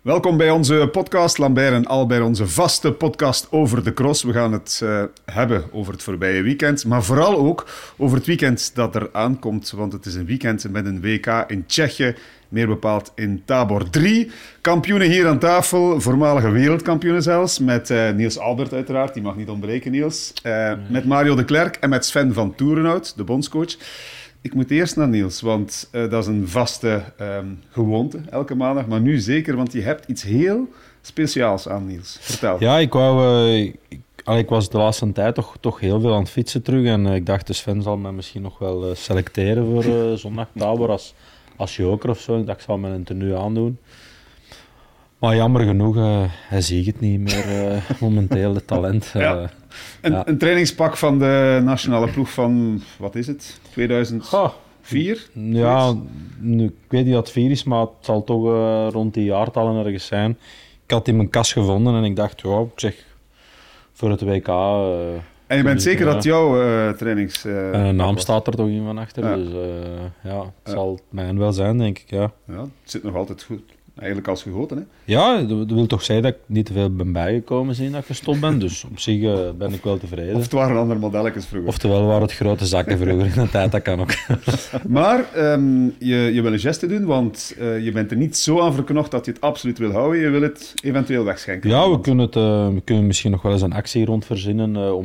Welkom bij onze podcast Lambert en Albert, onze vaste podcast over de cross. We gaan het hebben over het voorbije weekend, maar vooral ook over het weekend dat er aankomt. Want het is een weekend met een WK in Tsjechië, meer bepaald in Tabor. 3 kampioenen hier aan tafel, voormalige wereldkampioenen zelfs, met Niels Albert uiteraard, die mag niet ontbreken Niels. Met Mario de Klerk en met Sven van Toerenhout, de bondscoach. Ik moet eerst naar Niels, want dat is een vaste gewoonte, elke maandag. Maar nu zeker, want je hebt iets heel speciaals aan, Niels. Vertel. Ja, ik was de laatste tijd toch heel veel aan het fietsen terug. En ik dacht, de Sven zal mij misschien nog wel selecteren voor zondag Tabor als joker of zo. Ik dacht, ik zal me een tenue aandoen. Maar jammer genoeg, hij ziet het niet meer momenteel, het talent. Ja. Een trainingspak van de nationale ploeg van, wat is het, 2004? Ja, nu, ik weet niet wat het 4 is, maar het zal toch rond die jaartallen ergens zijn. Ik had in mijn kast gevonden en ik dacht, ja, ik zeg, voor het WK... en je bent zeker dat jouw trainings... naam staat er toch in van achter, ja. Dus het zal het mijne wel zijn, denk ik, ja. Ja, het zit nog altijd goed. Eigenlijk als gegoten, hè? Ja, dat wil toch zeggen dat ik niet te veel ben bijgekomen sinds dat ik gestopt ben. Dus op zich ben ik wel tevreden. Of het waren andere modelletjes vroeger. Oftewel waren het grote zakken vroeger in de tijd, dat kan ook. Maar je wil een geste doen, want je bent er niet zo aan verknocht dat je het absoluut wil houden. Je wil het eventueel wegschenken. Ja, we kunnen misschien nog wel eens een actie rond verzinnen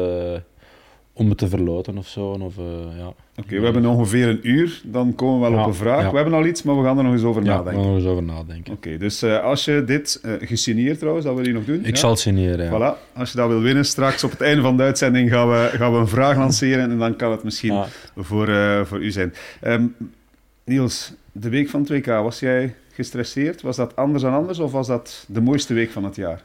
om het te verloten of zo. Ja. Oké, we hebben ongeveer een uur, dan komen we wel op een vraag. Ja. We hebben al iets, maar we gaan er nog eens over nadenken. Ja, we gaan er eens over nadenken. Oké, dus als je dit gesigneerd trouwens, dat wil je nog doen? Ik zal het signeren, ja. Voilà, als je dat wil winnen, straks op het einde van de uitzending gaan we een vraag lanceren en dan kan het misschien voor u zijn. Niels, de week van het WK, was jij gestresseerd? Was dat anders dan anders of was dat de mooiste week van het jaar?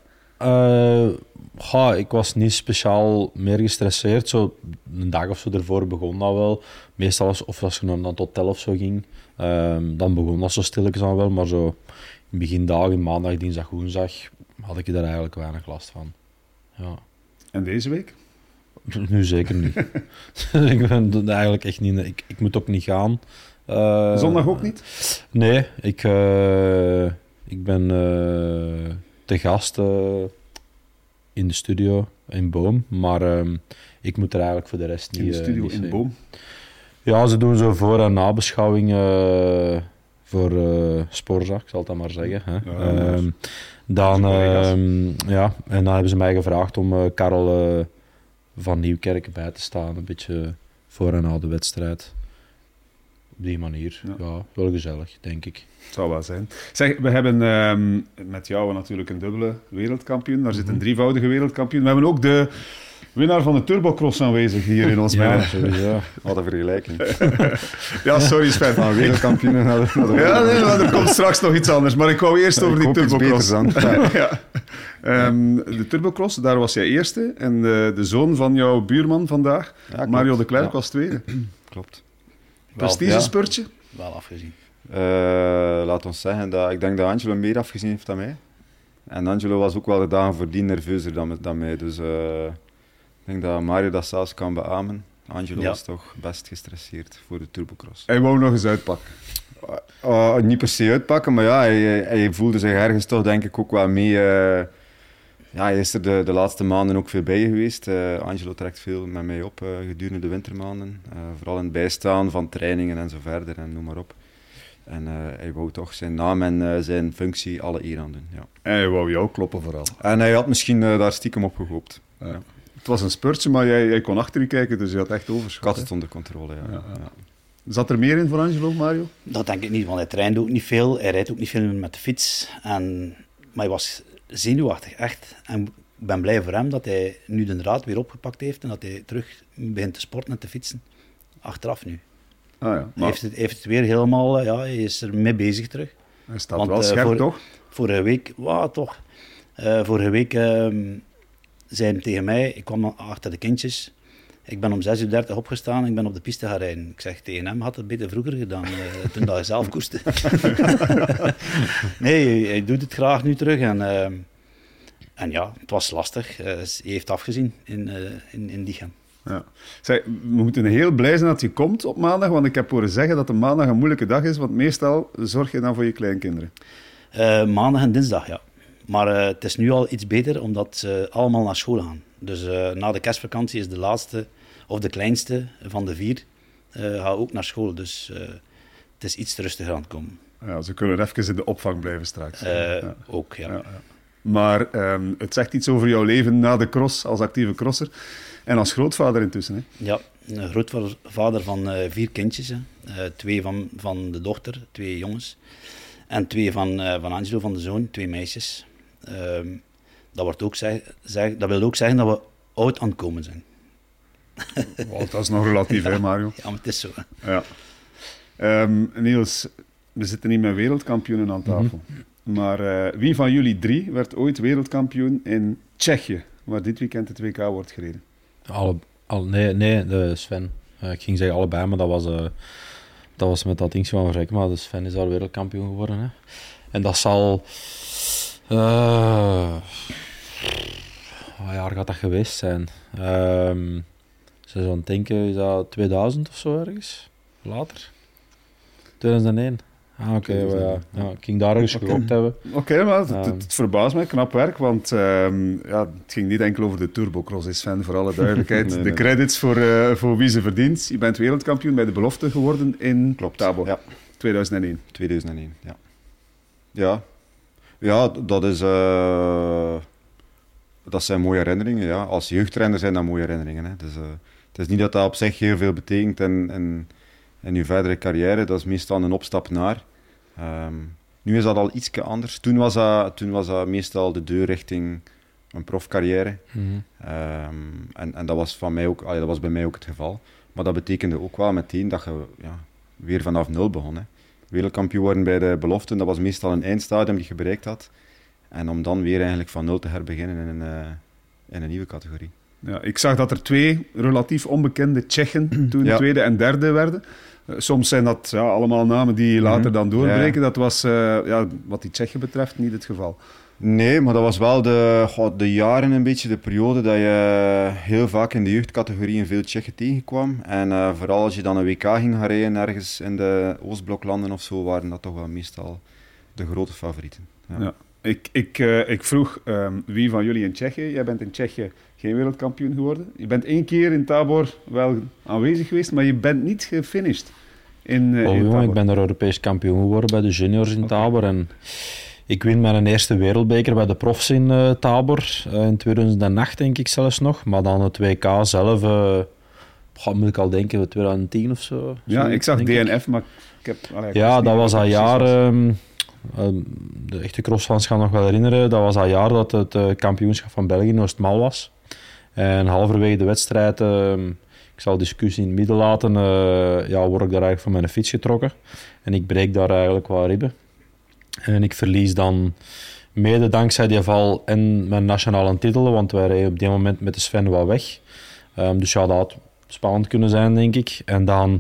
Ik was niet speciaal meer gestresseerd. Zo een dag of zo ervoor begon dat wel. Meestal als je naar het hotel of zo ging, dan begon dat zo stilletjes aan wel. Maar zo in begindagen, maandag, dinsdag, woensdag, had ik daar eigenlijk weinig last van. Ja. En deze week? Nu zeker niet. Ik ben eigenlijk echt niet... Ik moet ook niet gaan. Zondag ook niet? Nee, ik ben... te gast in de studio in Boom, maar ik moet er eigenlijk voor de rest niet... In de studio niet in zijn. Boom? Ja, ze doen zo voor- en nabeschouwing voor Sporza, ik zal het dan maar zeggen. Hè. En dan hebben ze mij gevraagd om Karel van Nieuwkerk bij te staan, een beetje voor en na de wedstrijd. Op die manier, ja, wel gezellig, denk ik. Het zou wel zijn. Zeg, we hebben met jou natuurlijk een dubbele wereldkampioen. Daar zit een drievoudige wereldkampioen. We hebben ook de winnaar van de Turbocross aanwezig hier in ons midden. Sowieso. Wat een vergelijking. Ja, sorry Sven. Van wereldkampioenen naar de Ja, nee, maar er komt straks nog iets anders. Maar ik wou eerst over die Turbocross. Ja. De Turbocross, daar was jij eerste. En de zoon van jouw buurman vandaag, Mario de Klerk, was tweede. Klopt. Prestigespeurtje? Wel afgezien. Laat ons zeggen dat ik denk dat Angelo meer afgezien heeft dan mij. En Angelo was ook wel de dagen voordien nerveuzer dan mij. Dus ik denk dat Mario dat zelfs kan beamen. Angelo was toch best gestresseerd voor de Turbocross. Hij wou nog eens uitpakken. Niet per se uitpakken, maar ja, hij voelde zich ergens toch denk ik ook wel mee. Hij is er de laatste maanden ook veel bij geweest. Angelo trekt veel met mij op gedurende de wintermaanden. Vooral in het bijstaan van trainingen en zo verder en noem maar op. En hij wou toch zijn naam en zijn functie alle eer aan doen. Ja. En hij wou jou kloppen vooral. En hij had misschien daar stiekem op gehoopt. Ja. Het was een spurtje, maar jij kon achter je kijken, dus je had echt overschot. Ik had het onder controle, ja. Zat er meer in voor Angelo, Mario? Dat denk ik niet, want hij traint ook niet veel. Hij rijdt ook niet veel met de fiets. Maar hij was zenuwachtig, echt. En ik ben blij voor hem dat hij nu de draad weer opgepakt heeft en dat hij terug begint te sporten en te fietsen. Achteraf nu. Ah, ja. Hij heeft het weer helemaal... hij is er mee bezig terug. Hij staat wel scherp, toch? Vorige week... toch. Vorige week zei hij tegen mij... Ik kwam achter de kindjes... Ik ben om 6:30 opgestaan en ik ben op de piste gaan rijden. Ik zeg tegen hem, had het beter vroeger gedaan, toen dat hij zelf koerste. Nee, hij doet het graag nu terug. En ja, het was lastig. Hij heeft afgezien in Diegem. Ja. Zeg, we moeten heel blij zijn dat je komt op maandag, want ik heb horen zeggen dat de maandag een moeilijke dag is, want meestal zorg je dan voor je kleinkinderen. Maandag en dinsdag, ja. Maar het is nu al iets beter, omdat ze allemaal naar school gaan. Dus na de kerstvakantie is de laatste, of de kleinste van de 4, gaat ook naar school. Dus het is iets rustiger aan het komen. Ja, ze kunnen even in de opvang blijven straks. Ook, ja. Ja. Maar het zegt iets over jouw leven na de cross, als actieve crosser. En als grootvader intussen. Hè? Ja, een grootvader van 4 kindjes. Hè. 2 van de dochter, 2 jongens. En 2 van Angelo, van de zoon, 2 meisjes. Dat wil ook zeggen dat we oud aan het komen zijn. Wow, dat is nog relatief, hè, Mario? Ja, maar het is zo. Hè. Ja. Niels, we zitten niet met wereldkampioenen aan tafel. Maar wie van jullie 3 werd ooit wereldkampioen in Tsjechië, waar dit weekend het WK wordt gereden? Nee, Sven. Ik ging zeggen allebei, maar dat was met dat ding van Verrek. Maar dus Sven is daar wereldkampioen geworden. Hè. En dat zal... wat jaar gaat dat geweest zijn? Ze zo'n denken, is dat 2000 of zo ergens? Later? 2001? Ah, oké. Ja, ik ging daar ergens gegokt hebben. Oké, maar het verbaast mij. Knap werk, want het ging niet enkel over de turbocross, is Sven, voor alle duidelijkheid. Nee. De credits voor wie ze verdient. Je bent wereldkampioen bij de belofte geworden in Tabor. Ja. 2001. 2001, ja. Ja, dat zijn mooie herinneringen. Ja. Als jeugdrenner zijn dat mooie herinneringen. Hè. Dus, het is niet dat dat op zich heel veel betekent in je verdere carrière. Dat is meestal een opstap naar. Nu is dat al iets anders. Toen was dat meestal de deur richting een profcarrière. Mm-hmm. En dat was dat was bij mij ook het geval. Maar dat betekende ook wel meteen dat je weer vanaf 0 begon. Hè. Wereldkampioen worden bij de beloften, dat was meestal een eindstadium dat je bereikt had. En om dan weer eigenlijk van 0 te herbeginnen in een nieuwe categorie. Ja, ik zag dat er 2 relatief onbekende Tsjechen toen tweede en derde werden. Soms zijn dat allemaal namen die later dan doorbreken. Ja. Dat was, wat die Tsjechen betreft, niet het geval. Nee, maar dat was wel de jaren een beetje, de periode dat je heel vaak in de jeugdcategorieën veel Tsjechen tegenkwam. En vooral als je dan een WK ging gaan rijden ergens in de Oostbloklanden of zo, waren dat toch wel meestal de grote favorieten. Ja. Ik vroeg wie van jullie in Tsjechië. Jij bent in Tsjechië geen wereldkampioen geworden. Je bent 1 keer in Tabor wel aanwezig geweest, maar je bent niet gefinished in Tabor. Ik ben daar Europees kampioen geworden bij de juniors in Tabor. En ik win mijn eerste wereldbeker bij de profs in Tabor. In 2008 denk ik zelfs nog. Maar dan het WK zelf, moet ik al denken, 2010 of zo. Ja, ik zag DNF, maar ik heb... dat was dat jaar... de echte crossfans gaan nog wel herinneren. Dat was dat jaar dat het kampioenschap van België in Oostmal was. En halverwege de wedstrijd, ik zal de discussie in het midden laten, word ik daar eigenlijk van mijn fiets getrokken. En ik breek daar eigenlijk wat ribben. En ik verlies dan mede dankzij die val en mijn nationale titel, want wij reden op die moment met de Sven wat weg. Dus dat had spannend kunnen zijn, denk ik. En dan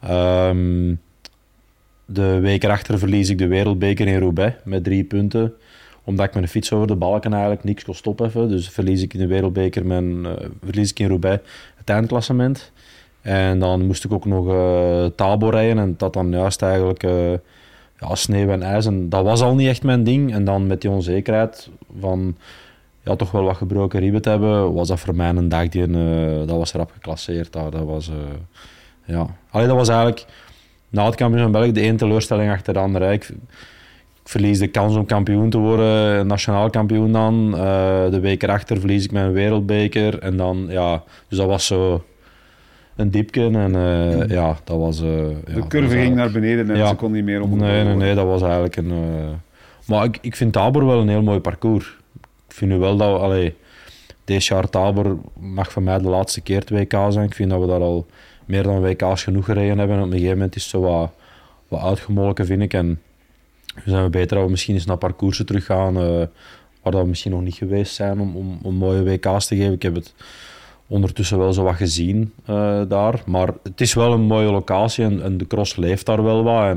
de week erachter verlies ik de wereldbeker in Roubaix met 3 punten. Omdat ik mijn fiets over de balken eigenlijk niks kon stopheffen. Dus verlies ik in de wereldbeker, verlies ik in Roubaix het eindklassement. En dan moest ik ook nog Tabor rijden en dat dan juist eigenlijk... sneeuw en ijs. En dat was al niet echt mijn ding. En dan met die onzekerheid van toch wel wat gebroken ribben te hebben, was dat voor mij een dag die dat was rap geclasseerd. Dat was dat was eigenlijk na het kampioen van België de één teleurstelling achter de andere. Ik verlies de kans om kampioen te worden, nationaal kampioen dan. De week erachter verlies ik mijn wereldbeker. En dan, dus dat was zo een diepje en dat was... de curve ging naar beneden en ze kon niet meer omhoog. Nee, dat was eigenlijk een... Maar ik vind Tabor wel een heel mooi parcours. Ik vind nu wel dat... Deze jaar Tabor mag voor mij de laatste keer het WK zijn. Ik vind dat we daar al meer dan WK's genoeg gereden hebben. En op een gegeven moment is het zo wat uitgemolken, vind ik. En we zijn beter dat we misschien eens naar parcoursen teruggaan waar we misschien nog niet geweest zijn om mooie WK's te geven. Ik heb het ondertussen wel zo wat gezien daar. Maar het is wel een mooie locatie en de cross leeft daar wel wat.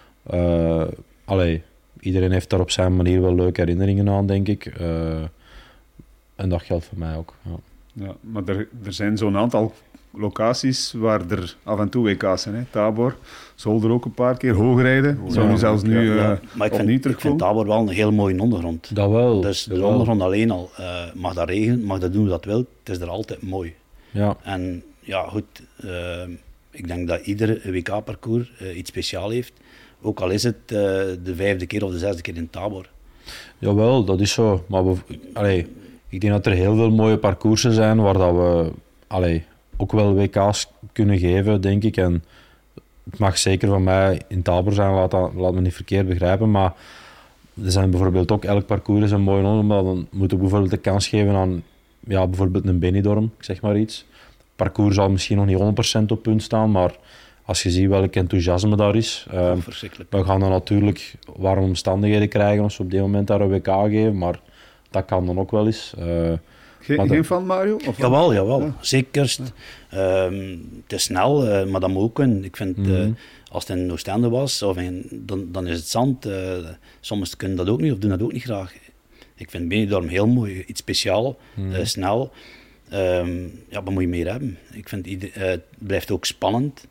En iedereen heeft daar op zijn manier wel leuke herinneringen aan, denk ik. En dat geldt voor mij ook. Ja. Ja, maar er zijn zo'n aantal locaties waar er af en toe WK's zijn. Hè. Tabor, Zolder ook een paar keer, Hoogrijden. Zou nu zelfs nu maar opnieuw ik terugkomen. vind Tabor wel een heel mooie ondergrond. Dat wel. Dus dat de wel. ondergrond alleen al, mag dat regenen, mag dat doen hoe dat wil, het is er altijd mooi. Ja. En ja, goed, ik denk dat ieder WK-parcours iets speciaals heeft. Ook al is het de 5e keer of de 6e keer in Tabor. Jawel, dat is zo. Maar ik denk dat er heel veel mooie parcoursen zijn waar dat we ook wel WK's kunnen geven, denk ik. En het mag zeker van mij in Tabor zijn, laat me niet verkeerd begrijpen. Maar er zijn bijvoorbeeld ook, elk parcours is een mooi onder, maar dan moet ik bijvoorbeeld de kans geven aan bijvoorbeeld een Benidorm, ik zeg maar iets. Het parcours zal misschien nog niet 100% op punt staan, maar als je ziet welk enthousiasme daar is. Verschrikkelijk. We gaan dan natuurlijk warme omstandigheden krijgen als we op dit moment daar een WK geven, maar dat kan dan ook wel eens. Geen fan, Mario? Of Jawel. Ja. Zeker. Het is snel, maar dat moet ook kunnen. Ik vind, als het in Oostende was, dan is het zand. Soms kunnen dat ook niet, of doen dat ook niet graag. Ik vind Benidorm heel mooi, iets speciaals, snel. Wat moet je meer hebben? Ik vind, het blijft ook spannend.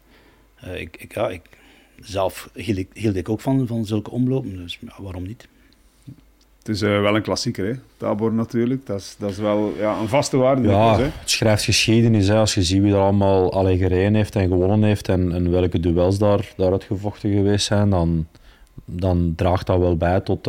Zelf hield ik ook van zulke omlopen, dus waarom niet? Het is wel een klassieker, hè? Tabor natuurlijk. Dat is wel een vaste waarde. Ja, hè? het schrijft geschiedenis. Hè. Als je ziet wie er allemaal gereden heeft en gewonnen heeft en welke duels daaruit gevochten geweest zijn, dan draagt dat wel bij tot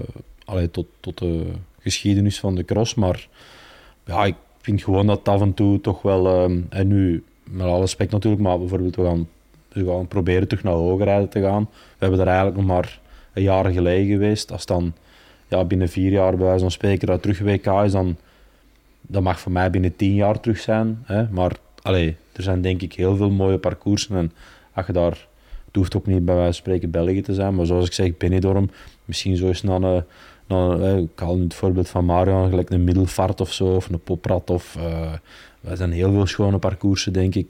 de geschiedenis van de cross. Maar ja, ik vind gewoon dat het af en toe toch wel... en nu, met alle respect natuurlijk, maar bijvoorbeeld we gaan proberen terug naar Hoogrijden te gaan. We hebben daar eigenlijk nog maar een jaar geleden geweest. Als dan binnen 4 jaar bij wijze van spreken dat terug WK is, dan dat mag voor mij binnen 10 jaar terug zijn. Hè? Maar er zijn denk ik heel veel mooie parcoursen. En als je daar, het hoeft ook niet bij wijze van spreken België te zijn, maar zoals ik zeg, Benidorm, misschien zo eens naar ik haal nu het voorbeeld van Mario, gelijk een Middelvaart of zo, of een Poprad. Er zijn heel veel schone parcoursen, denk ik.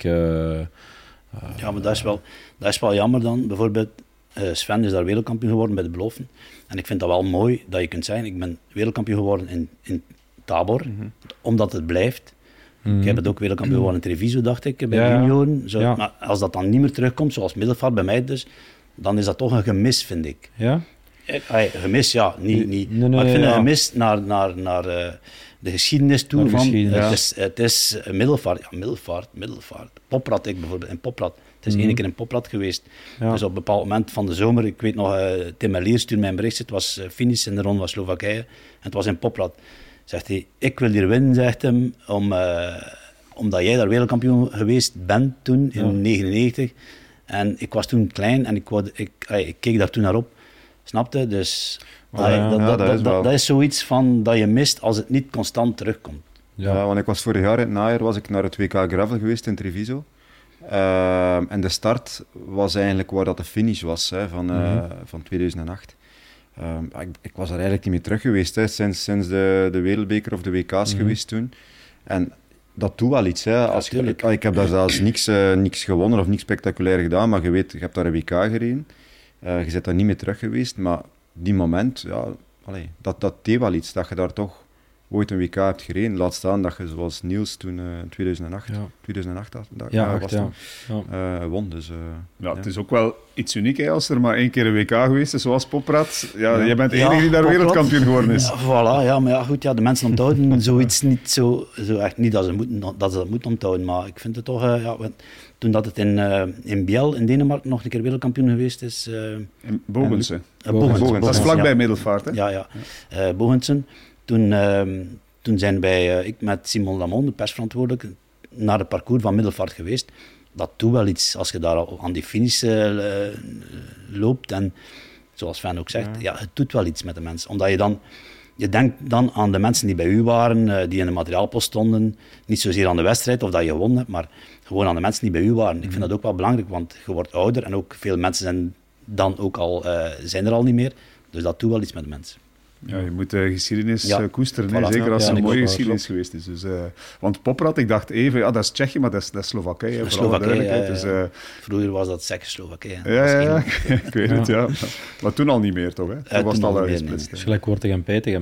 Ja, maar dat is wel jammer dan. Bijvoorbeeld, Sven is daar wereldkampioen geworden bij de beloften. En ik vind dat wel mooi dat je kunt zeggen, ik ben wereldkampioen geworden in Tabor, omdat het blijft. Ik heb het ook wereldkampioen geworden in Treviso, dacht ik, bij de junioren. Ja. Maar als dat dan niet meer terugkomt, zoals Middelvaart bij mij dus, dan is dat toch een gemis, vind ik. Ja? Gemis, ja, niet. Nee, maar ik vind een gemis naar de geschiedenis toe. Het is Middelvaart. Poprad, ik bijvoorbeeld, in Poprad. Het is 1 keer in Poprad geweest. Ja. Dus op een bepaald moment van de zomer, ik weet nog, Tim Merlier stuurde mij een bericht, het was finish in de ronde van Slowakije, en het was in Poprad. Zegt hij, ik wil hier winnen, zegt hem, omdat jij daar wereldkampioen geweest bent toen, in 1999. En ik was toen klein en ik keek daar toen naar op. Snapte? Dus dat is zoiets van dat je mist als het niet constant terugkomt. Ja, want ik was vorig jaar in het najaar naar het WK Gravel geweest in Treviso. En de start was eigenlijk waar dat de finish was van 2008. Ik was er eigenlijk niet meer terug geweest sinds de Wereldbeker of de WK's geweest toen. En dat doet wel iets. Hè. Ik heb daar zelfs niks gewonnen of niks spectaculair gedaan, maar je weet, je hebt daar een WK gereden. Je bent daar niet meer terug geweest, maar die moment, dat deed wel iets, dat je daar toch ooit een WK hebt gereden. Laat staan dat je zoals Niels toen in 2008 won. Dus, het is ook wel iets uniek hè, als er maar 1 keer een WK geweest is, zoals Poprad. Jij bent de enige die daar wereldkampioen geworden is. Ja, voilà, maar ja, goed, de mensen onthouden zoiets niet zo echt niet dat ze dat moeten onthouden, maar ik vind het toch... toen dat het in Biel, in Denemarken, nog een keer wereldkampioen geweest is... in Bogense. Bogense. Dat is vlakbij Middelvaart, hè? Ja. Bogense. Toen zijn ik met Simon Lamon, de persverantwoordelijke, naar het parcours van Middelvaart geweest. Dat doet wel iets als je daar aan die finish loopt. En zoals Sven ook zegt, het doet wel iets met de mensen. Omdat je denkt dan aan de mensen die bij u waren, die in de materiaalpost stonden. Niet zozeer aan de wedstrijd of dat je gewonnen hebt, maar gewoon aan de mensen die bij u waren. Ik vind dat ook wel belangrijk, want je wordt ouder en ook veel mensen zijn er al niet meer. Dus dat doet wel iets met de mensen. Ja, je moet de geschiedenis koesteren, voilà. Zeker als het een mooie klopt, geschiedenis geweest is. Dus, want Poprad, ik dacht even, dat is Tsjechië, maar dat is Slowakije. Vroeger was dat Tsjechoslowakije. Ja, ik weet het, ja. Maar toen al niet meer, toch? Hè? Toen was het al uitgesplitst. Gelijk Wortegem en Petegem dan.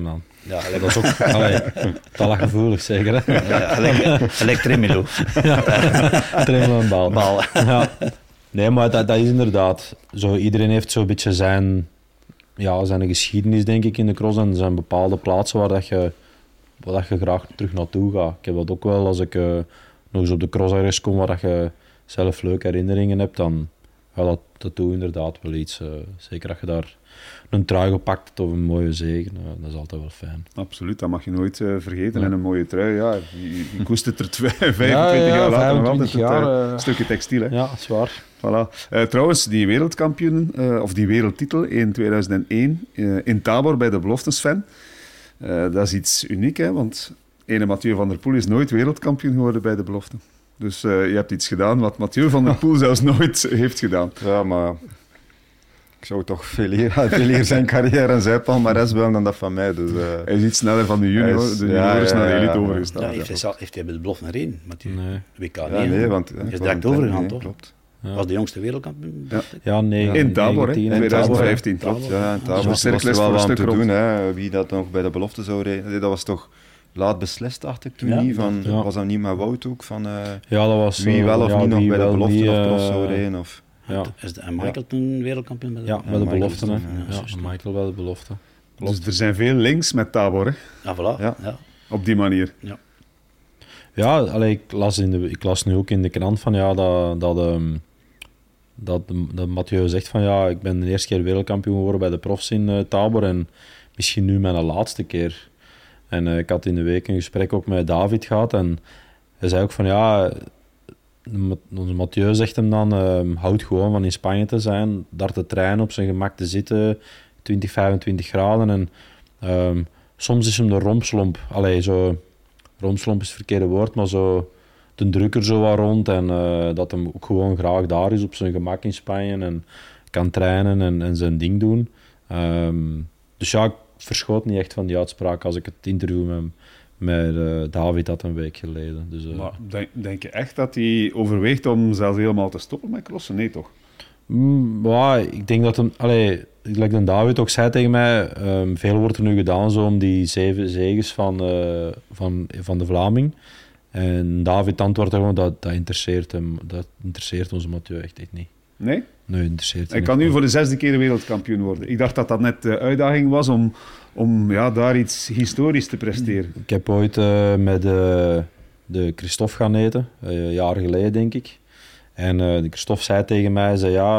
Ja, Dat is ook talgevoelig zeker. Hè? gelijk Tremelo. Tremelo en bal. Bal. Ja. Nee, maar dat is inderdaad zo. Iedereen heeft zo'n beetje zijn geschiedenis, denk ik, in de cross. En er zijn bepaalde plaatsen waar je graag terug naartoe gaat. Ik heb dat ook wel als ik nog eens op de cross ergens kom waar je zelf leuke herinneringen hebt, dan dat doe inderdaad wel iets. Zeker als je daar een trui gepakt hebt of een mooie zege, dat is altijd wel fijn. Absoluut, dat mag je nooit vergeten. En een mooie trui, ja, je koestert er 25 jaar later nog altijd het stukje textiel. Hè. Ja, zwaar. Voilà. Trouwens, die wereldkampioen, of die wereldtitel in 2001 in Tabor bij de belofte, Sven, dat is iets uniek, hè, want ene Mathieu van der Poel is nooit wereldkampioen geworden bij de belofte. Dus je hebt iets gedaan wat Mathieu van der Poel zelfs nooit heeft gedaan. Ja, maar ik zou toch veel eer zijn carrière en zijn palmares willen dan dat van mij. Dus, hij is iets sneller van de junior, is naar de elite overgestapt. Ja, heeft hij bij de belofte gereden, Mathieu? Nee. WK ja, nee, want hij is direct overgegaan, toch? Klopt. Ja. Was de jongste wereldkampioen? Ja, nee. In Tabor, 2015. Klopt, ja. In Tabor was er wel voor een wat stuk te rond. doen, hè, wie dat nog bij de belofte zou rijden. Dat was toch laat beslist, dacht ik toen niet. Was dat niet met Wout ook? Van, dat was, wie wel of niet nog bij de belofte niet, of cross zou rijden? Of... Ja. En Michael toen wereldkampioen bij de Ja, bij de belofte. Ja, Michael bij de belofte. Dus er zijn veel links met Tabor, hè, Ja, voilà. Ja. Ja. op die manier. Ja, ik las nu ook in de krant van dat Mathieu zegt van ik ben de eerste keer wereldkampioen geworden bij de profs in Tabor en misschien nu mijn laatste keer. En ik had in de week een gesprek ook met David gehad en hij zei ook van onze Mathieu zegt hem dan, houd gewoon van in Spanje te zijn, daar te trainen, op zijn gemak te zitten, 20, 25 graden en soms is hem de rompslomp, rompslomp is het verkeerde woord, maar zo de drukker zo wat rond en dat hem ook gewoon graag daar is op zijn gemak in Spanje en kan trainen en zijn ding doen. Dus ik verschoot niet echt van die uitspraak als ik het interview met David had een week geleden. Dus, Maar denk je echt dat hij overweegt om zelfs helemaal te stoppen met crossen? Nee, toch? Ik denk dat hem... Like David ook zei tegen mij, veel wordt er nu gedaan zo om die 7 zeges van de Vlaming. En David antwoordde gewoon, dat interesseert hem. Dat interesseert onze Mathieu echt niet. Nee? Nee, interesseert hem Hij kan nu voor de 6e keer wereldkampioen worden. Ik dacht dat dat net de uitdaging was om daar iets historisch te presteren. Ik heb ooit met de Christophe gaan eten, jaren geleden denk ik. En de Christophe zei tegen mij,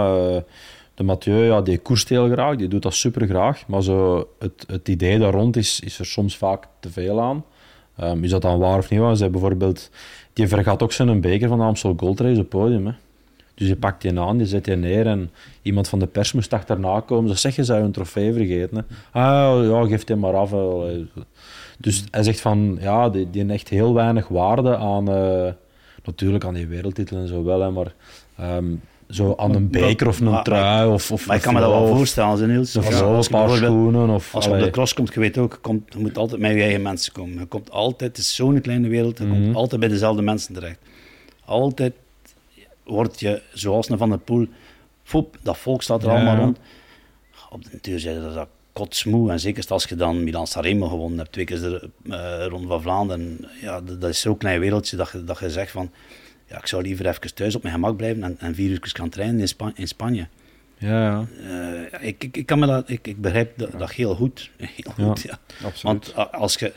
de Mathieu, die koerst heel graag, die doet dat super graag. Maar zo het idee daar rond is er soms vaak te veel aan. Is dat dan waar of niet? Hij zei bijvoorbeeld, die vergat ook zijn beker van de Amstel Gold Race op het podium. Hè. Dus je pakt die aan, die zet die neer en iemand van de pers moest achterna komen. Ze zeggen, zou je een trofee vergeten? Hè? Geef die maar af. Dus hij zegt van, die heeft echt heel weinig waarde aan, natuurlijk aan die wereldtitel en zo wel, hè, maar zo aan een beker of een trui of maar ik kan me dat wel voorstellen, Niels. Als paar schoenen. Als je op de cross komt, je weet ook, je moet altijd met je eigen mensen komen. Je komt altijd, het is zo'n kleine wereld, je komt altijd bij dezelfde mensen terecht. Altijd word je, zoals een Van der Poel, dat volk staat er allemaal rond. Op de natuur zei dat kotsmoe. En zeker als je dan Milan-Sanremo gewonnen hebt, 2 keer de Ronde van Vlaanderen. Ja, dat is zo'n klein wereldje dat je zegt van, ik zou liever even thuis op mijn gemak blijven en 4 uur gaan trainen in Spanje. Ja. Ik begrijp dat heel goed. Heel goed, ja. Absoluut. Want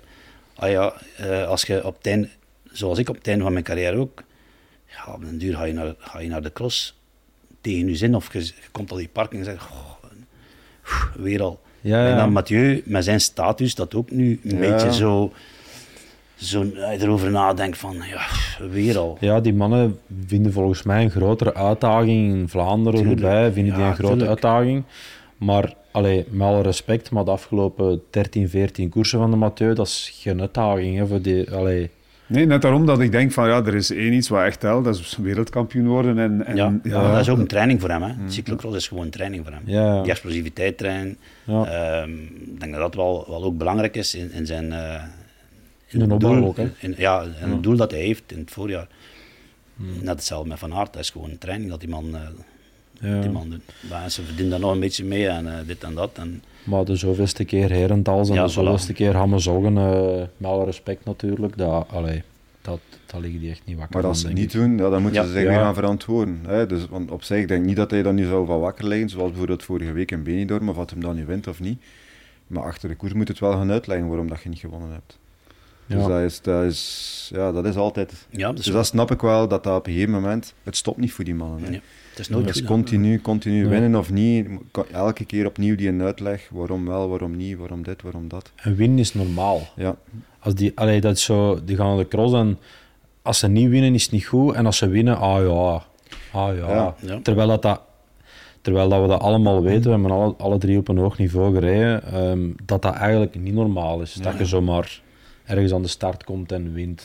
als je op het einde, zoals ik op het einde van mijn carrière ook, op den duur ga je naar de cross tegen je zin, of je komt al die parking en zegt, weer al. En dan Mathieu, met zijn status, dat ook nu een beetje zo erover nadenkt van, weer al. Ja, die mannen vinden volgens mij een grotere uitdaging in Vlaanderen erbij, vinden die een grote uitdaging. Maar, met alle respect, maar de afgelopen 13, 14 koersen van de Mathieu, dat is geen uitdaging. Hè, voor die, Nee, net daarom dat ik denk van, er is één iets wat echt telt, dat is wereldkampioen worden. Dat is ook een training voor hem. Hè. Cyclocross is gewoon een training voor hem. Ja. Die explosiviteit trainen. Ik denk dat wel ook belangrijk is in zijn... in een doel ook, hè? En het doel dat hij heeft in het voorjaar. Net hetzelfde met Van Aert, dat is gewoon een training dat die man Ja. die man doet. Maar ze verdienen daar nog een beetje mee en dit en dat. En, Maar de zoveelste keer Herentals en Ja, de zoveelste voilà. keer Hammezoggen, met alle respect natuurlijk, dat liggen die echt niet wakker Maar als van, ze het denk niet ik. doen, ja, dan moeten Ja. ze zich Ja. weer gaan verantwoorden. Hè? Dus, want op zich, ik denk niet dat hij dan nu zou van wakker liggen, zoals bijvoorbeeld vorige week in Benidorm, of wat hem dan nu wint of niet. Maar achter de koers moet het wel gaan uitleggen waarom dat je niet gewonnen hebt. Dus dat is altijd... ja, Dus dat snap ik wel, dat op een gegeven moment... Het stopt niet voor die mannen. Hè. ja, het is nooit Het is goed, hè. continu Ja. winnen of niet. Elke keer opnieuw die een uitleg. Waarom wel, waarom niet, waarom dit, waarom dat. En winnen is normaal. Ja, Als dat is zo, die gaan naar de cross en als ze niet winnen is het niet goed. En als ze winnen, ja. Ja. Ja. Terwijl dat we dat allemaal weten, we hebben alle drie op een hoog niveau gereden, dat eigenlijk niet normaal is. Dat je zomaar ergens aan de start komt en wint.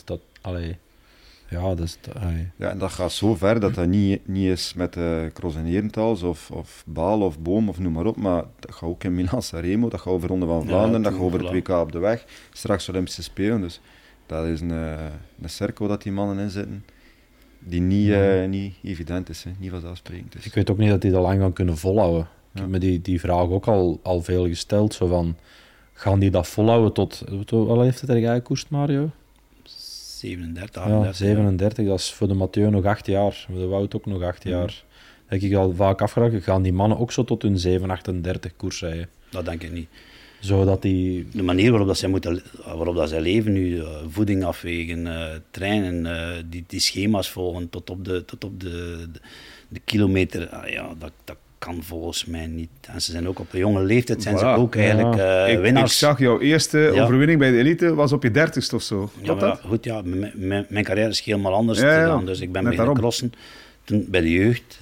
ja, en dat gaat zo ver dat dat niet is met Cross en Herentals of Baal of Boom of noem maar op. Maar dat gaat ook in Milan-Sanremo, dat gaat over Ronde van Vlaanderen, dat gaat over het WK op de weg. Straks Olympische Spelen. Dus dat is een cirkel dat die mannen in zitten. Die niet evident is, hè. Niet vanzelfsprekend is. Ik weet ook niet dat die dat lang gaan kunnen volhouden. Ik Ja. heb me die vraag ook al veel gesteld. Zo van, gaan die dat volhouden tot... Wat heeft het er gekoest, Mario? 37, Ja, 38. 37. Dat is voor de Mathieu nog 8 jaar. Voor de Wout ook nog 8 jaar. Dat heb ik al vaak afgevraagd. Gaan die mannen ook zo tot hun 7, 38 koers rijden? Dat denk ik niet. Zodat die... De manier waarop dat zij leven nu, voeding afwegen, trainen, die schema's volgen tot op de kilometer, dat kan volgens mij niet. En ze zijn ook op een jonge leeftijd, zijn ze Voilà. ook eigenlijk Ik winnaars. zag jouw eerste Ja. overwinning bij de elite, was op je 30ste of zo. Ja, Klopt maar dat? goed, ja, mijn carrière is helemaal anders Ja, ja. gegaan. Dus ik ben Net beginnen daarom. crossen. Toen bij de jeugd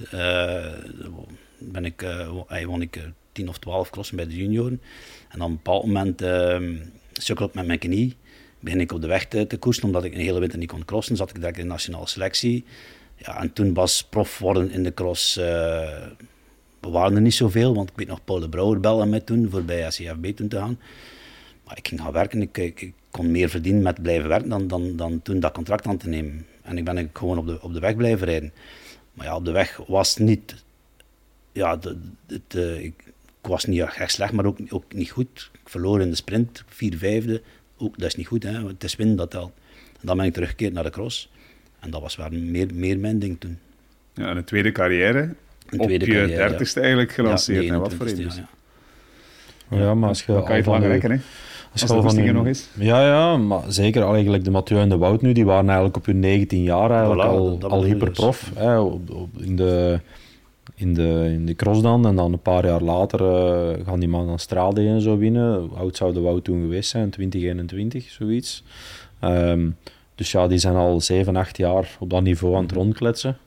won ik 10 of 12 crossen bij de junioren. En op een bepaald moment sukkel ik met mijn knie. Begin ik op de weg te koersen, omdat ik een hele winter niet kon crossen. Zat ik direct in de nationale selectie. Ja, en toen was prof worden in de cross... we waren er niet zoveel, want ik weet nog Paul de Brouwer bellen mij toen, voor bij SCFB toen te gaan. Maar ik ging gaan werken, ik kon meer verdienen met blijven werken dan toen dat contract aan te nemen. En ik ben gewoon op de weg blijven rijden. Maar ja, op de weg was niet... Ja, ik was niet echt slecht, maar ook niet goed. Ik verloor in de sprint, 4/5. Ook, dat is niet goed, hè. Het is winnen dat telt. En dan ben ik teruggekeerd naar de cross. En dat was wel meer mijn ding toen. Ja, en een tweede carrière. Een Op tweede je carrière, 30ste eigenlijk gelanceerd. Ja, En wat voor 29ste, een dus. ja. Ja, maar als je... Dan kan je het al van lang je- rekken, hè. Als Als je de al van goesting er hun- nog is. Ja, maar zeker. Eigenlijk de Mathieu en de Wout nu, die waren eigenlijk op hun 19 jaar eigenlijk Voilà, al dat bedoel je hyperprof. Hè, in de cross dan. En dan een paar jaar later gaan die mannen aan Strade en zo winnen. Hoe oud zou de Wout toen geweest zijn? 2021, zoiets. Dus ja, die zijn al 7, 8 jaar op dat niveau aan het rondkletsen.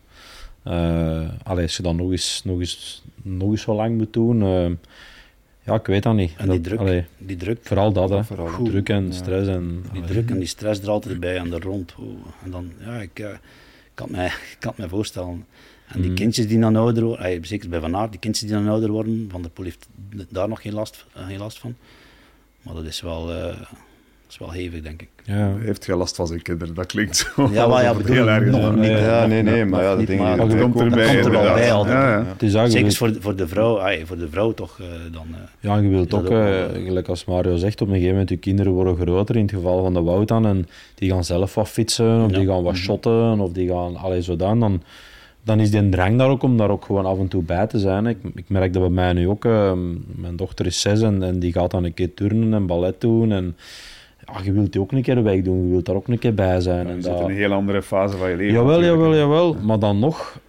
Als je dan nog eens zo lang moet doen... ja, ik weet dat niet. En die druk. Vooral dat, hè. Vooral, Goed. Druk en Ja. stress. En, Die druk en die stress er altijd bij en er rond. Oh, en dan, ja, ik kan het mij voorstellen. En die kindjes die dan ouder worden, zeker bij Van Aert, die kindjes die dan ouder worden, Van der Poel heeft daar nog geen last van. Maar dat is wel hevig, denk ik. ja. Hij heeft geen last van zijn kinderen, dat klinkt zo. Ja, maar ja, alsof het bedoel, heel erg is. nog niet. Ja, nee, maar ja, nog dat niet, ding maar is dat druk komt ook. erbij, dat komt er wel inderdaad. bij altijd. Ja, ja. Het is dat, Zeker voor de vrouw toch dan... ja, je wilt is dat ook, ook wel, gelijk als Mario zegt, op een gegeven moment je kinderen worden groter, in het geval van de Wout dan, en die gaan zelf wat fietsen, of Ja. die gaan wat shotten, of die gaan zodan, dan is die drang daar ook om daar ook gewoon af en toe bij te zijn. Ik merk dat bij mij nu ook, mijn dochter is 6 en die gaat dan een keer turnen en ballet doen en ja, je wilt die ook een keer weg doen, je wilt daar ook een keer bij zijn. Je en zit dat... in een heel andere fase van je leven. Jawel, natuurlijk. maar dan nog,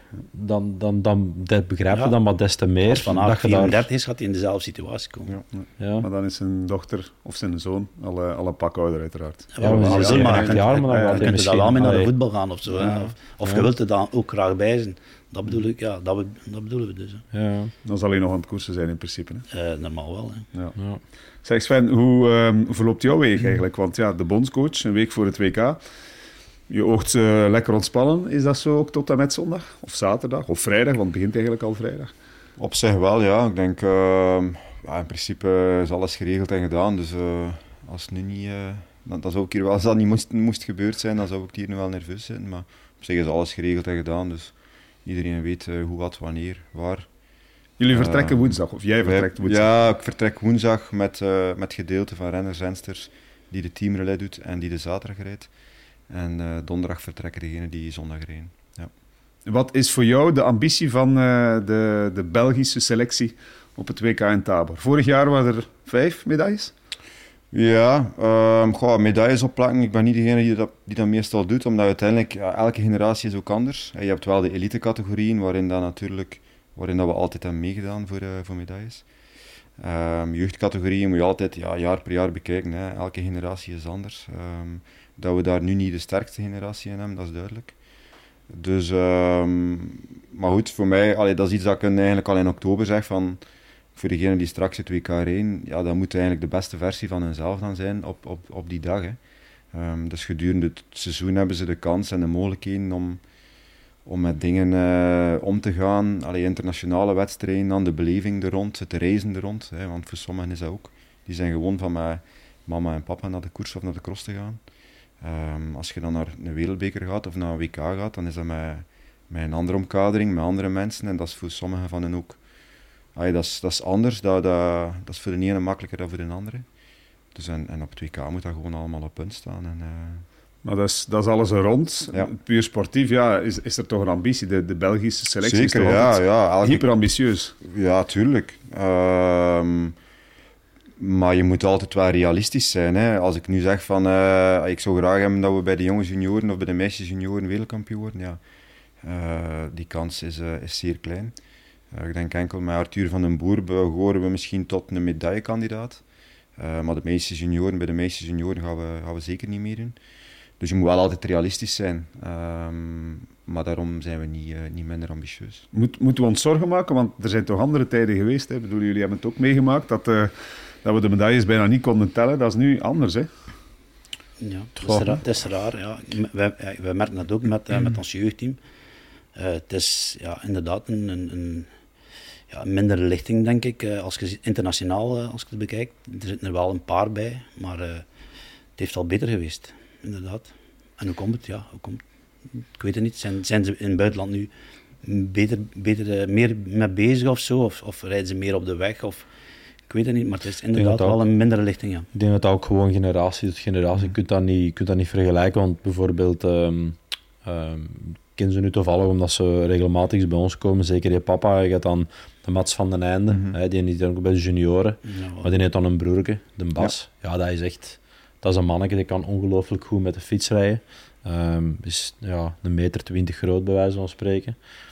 dan dat begrijp je Ja. dan maar des te meer. Als Van Aert dat je daar... 34 is, gaat hij in dezelfde situatie komen. Ja. Ja. Maar dan is zijn dochter of zijn zoon al een pak ouder, uiteraard. Ja, maar maar ze je zijn wil echt jaar, maar dan gaat je hij kunt er dan wel mee naar de misschien- voetbal gaan of zo. Hè. Of Ja. je wilt er dan ook graag bij zijn. Dat bedoel ik, ja, dat bedoelen we dus. Hè. Ja, Dan zal hij nog aan het koersen zijn in principe. Hè. Normaal wel. Hè. Ja. ja. Zeg Sven, hoe verloopt jouw week eigenlijk? Want ja, de bondscoach, een week voor het WK. Je oogt lekker ontspannen. Is dat zo ook tot en met zondag? Of zaterdag? Of vrijdag? Want het begint eigenlijk al vrijdag. Op zich wel, ja. Ik denk, in principe is alles geregeld en gedaan. Dus als het nu niet... dan zou ik hier wel, als dat niet moest gebeurd zijn, dan zou ik hier nu wel nerveus zijn. Maar op zich is alles geregeld en gedaan. Dus Iedereen weet hoe, wat, wanneer, waar. Jullie vertrekken woensdag, of jij vertrekt woensdag? Ja, ik vertrek woensdag met gedeelte van renners, rensters die de teamrelay doet en die de zaterdag rijdt. En donderdag vertrekken degenen die zondag rijden. Ja. Wat is voor jou de ambitie van de Belgische selectie op het WK in Tabor? Vorig jaar waren er 5 medailles. Ja, medailles opplakken. Ik ben niet degene die dat meestal doet, omdat uiteindelijk elke generatie is ook anders. Je hebt wel de elite-categorieën waarin dat we altijd hebben meegedaan voor medailles. Jeugdcategorieën moet je altijd jaar per jaar bekijken. Hè. Elke generatie is anders. Dat we daar nu niet de sterkste generatie in hebben, dat is duidelijk. Dus, maar goed, voor mij, dat is iets dat ik eigenlijk al in oktober zeg van... Voor degene die straks het WK rijden, dat moet eigenlijk de beste versie van hunzelf dan zijn op die dag. Hè. Dus gedurende het seizoen hebben ze de kans en de mogelijkheden om met dingen om te gaan. Internationale wedstrijden, dan de beleving er rond, het reizen er rond. Hè, want voor sommigen is dat ook. Die zijn gewoon van met mama en papa naar de koers of naar de cross te gaan. Als je dan naar een wereldbeker gaat of naar een WK gaat, dan is dat met een andere omkadering, met andere mensen. En dat is voor sommigen van hen ook... dat is anders, dat is voor de ene makkelijker dan voor de andere. Dus en op het WK moet dat gewoon allemaal op punt staan. Maar dat is alles er rond. Ja. Puur sportief, is er toch een ambitie. De Belgische selectie Zeker, is toch altijd hyper ambitieus. Ja, tuurlijk. Maar je moet altijd wel realistisch zijn. Hè. Als ik nu zeg van, ik zou graag hebben dat we bij de jongens junioren of bij de meisjes junioren wereldkampioen worden, die kans is zeer klein. Ik denk enkel met Arthur van den Boer behoren we misschien tot een medaillekandidaat. Maar bij de meisjes junioren gaan we zeker niet meedoen. Dus je moet wel altijd realistisch zijn. Maar daarom zijn we niet minder ambitieus. Moeten we ons zorgen maken? Want er zijn toch andere tijden geweest. Hè? Ik bedoel, jullie hebben het ook meegemaakt dat we de medailles bijna niet konden tellen. Dat is nu anders, hè? Ja, het is raar. Ja. We merken dat ook met ons jeugdteam. Het is inderdaad een mindere lichting, denk ik. Als je internationaal als je het bekijkt, er zitten er wel een paar bij, maar het heeft al beter geweest, inderdaad. En hoe komt het? Ja, ik weet het niet. Zijn ze in het buitenland nu meer mee bezig of zo? Of rijden ze meer op de weg? Of, ik weet het niet, maar het is inderdaad wel een mindere lichting. Ja. Ik denk dat dat ook gewoon generatie tot generatie. Je kunt dat niet vergelijken, want bijvoorbeeld... Ik ken ze nu toevallig omdat ze regelmatig bij ons komen. Zeker je papa, je gaat dan de Mats van den Einde, die zit ook bij de junioren. Ja, maar die heeft dan een broertje, de Bas. Ja, dat is een manneke, die kan ongelooflijk goed met de fiets rijden. Is 1,20 meter groot, bij wijze van spreken.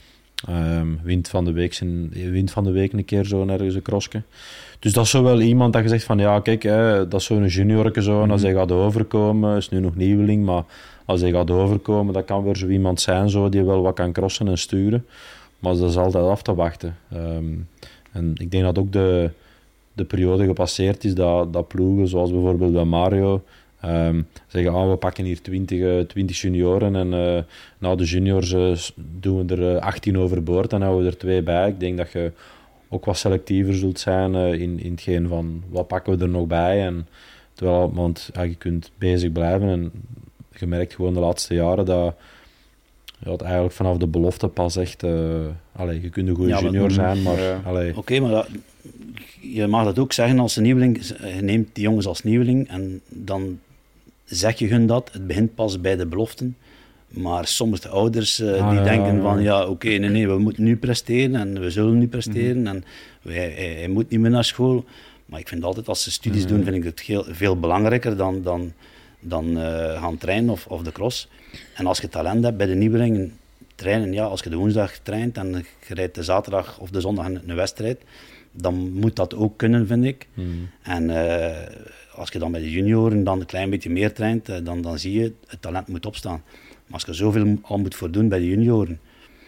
Wint van de week een keer zo ergens een crossje. Dus dat is zo wel iemand dat je zegt van, ja kijk, dat is zo'n juniorke zo, en als hij gaat overkomen, is nu nog nieuweling, maar als hij gaat overkomen, dat kan weer zo iemand zijn zo, die wel wat kan crossen en sturen. Maar dat is altijd af te wachten. En ik denk dat ook de periode gepasseerd is dat ploegen, zoals bijvoorbeeld bij Mario, zeggen, we pakken hier 20 junioren en de juniors doen we er 18 overboord en houden we er 2 bij. Ik denk dat je ook wat selectiever zult zijn in hetgeen van, wat pakken we er nog bij? Want je kunt bezig blijven en je merkt gewoon de laatste jaren dat het eigenlijk vanaf de belofte pas echt... je kunt een goede junior zijn, maar... Oké, maar je mag dat ook zeggen als een nieuweling. Je neemt die jongens als nieuweling en dan zeg je hun dat. Het begint pas bij de beloften. Maar sommige ouders die denken van, nee, we moeten nu presteren en we zullen nu presteren en hij moet niet meer naar school. Maar ik vind altijd, als ze studies doen, vind ik het veel belangrijker dan gaan trainen of de cross. En als je talent hebt bij de nieuwelingen, trainen, als je de woensdag traint en je rijdt de zaterdag of de zondag een wedstrijd, dan moet dat ook kunnen, vind ik. En als je dan bij de junioren dan een klein beetje meer traint, dan zie je, het talent moet opstaan. Maar als je zoveel al moet voordoen bij de junioren,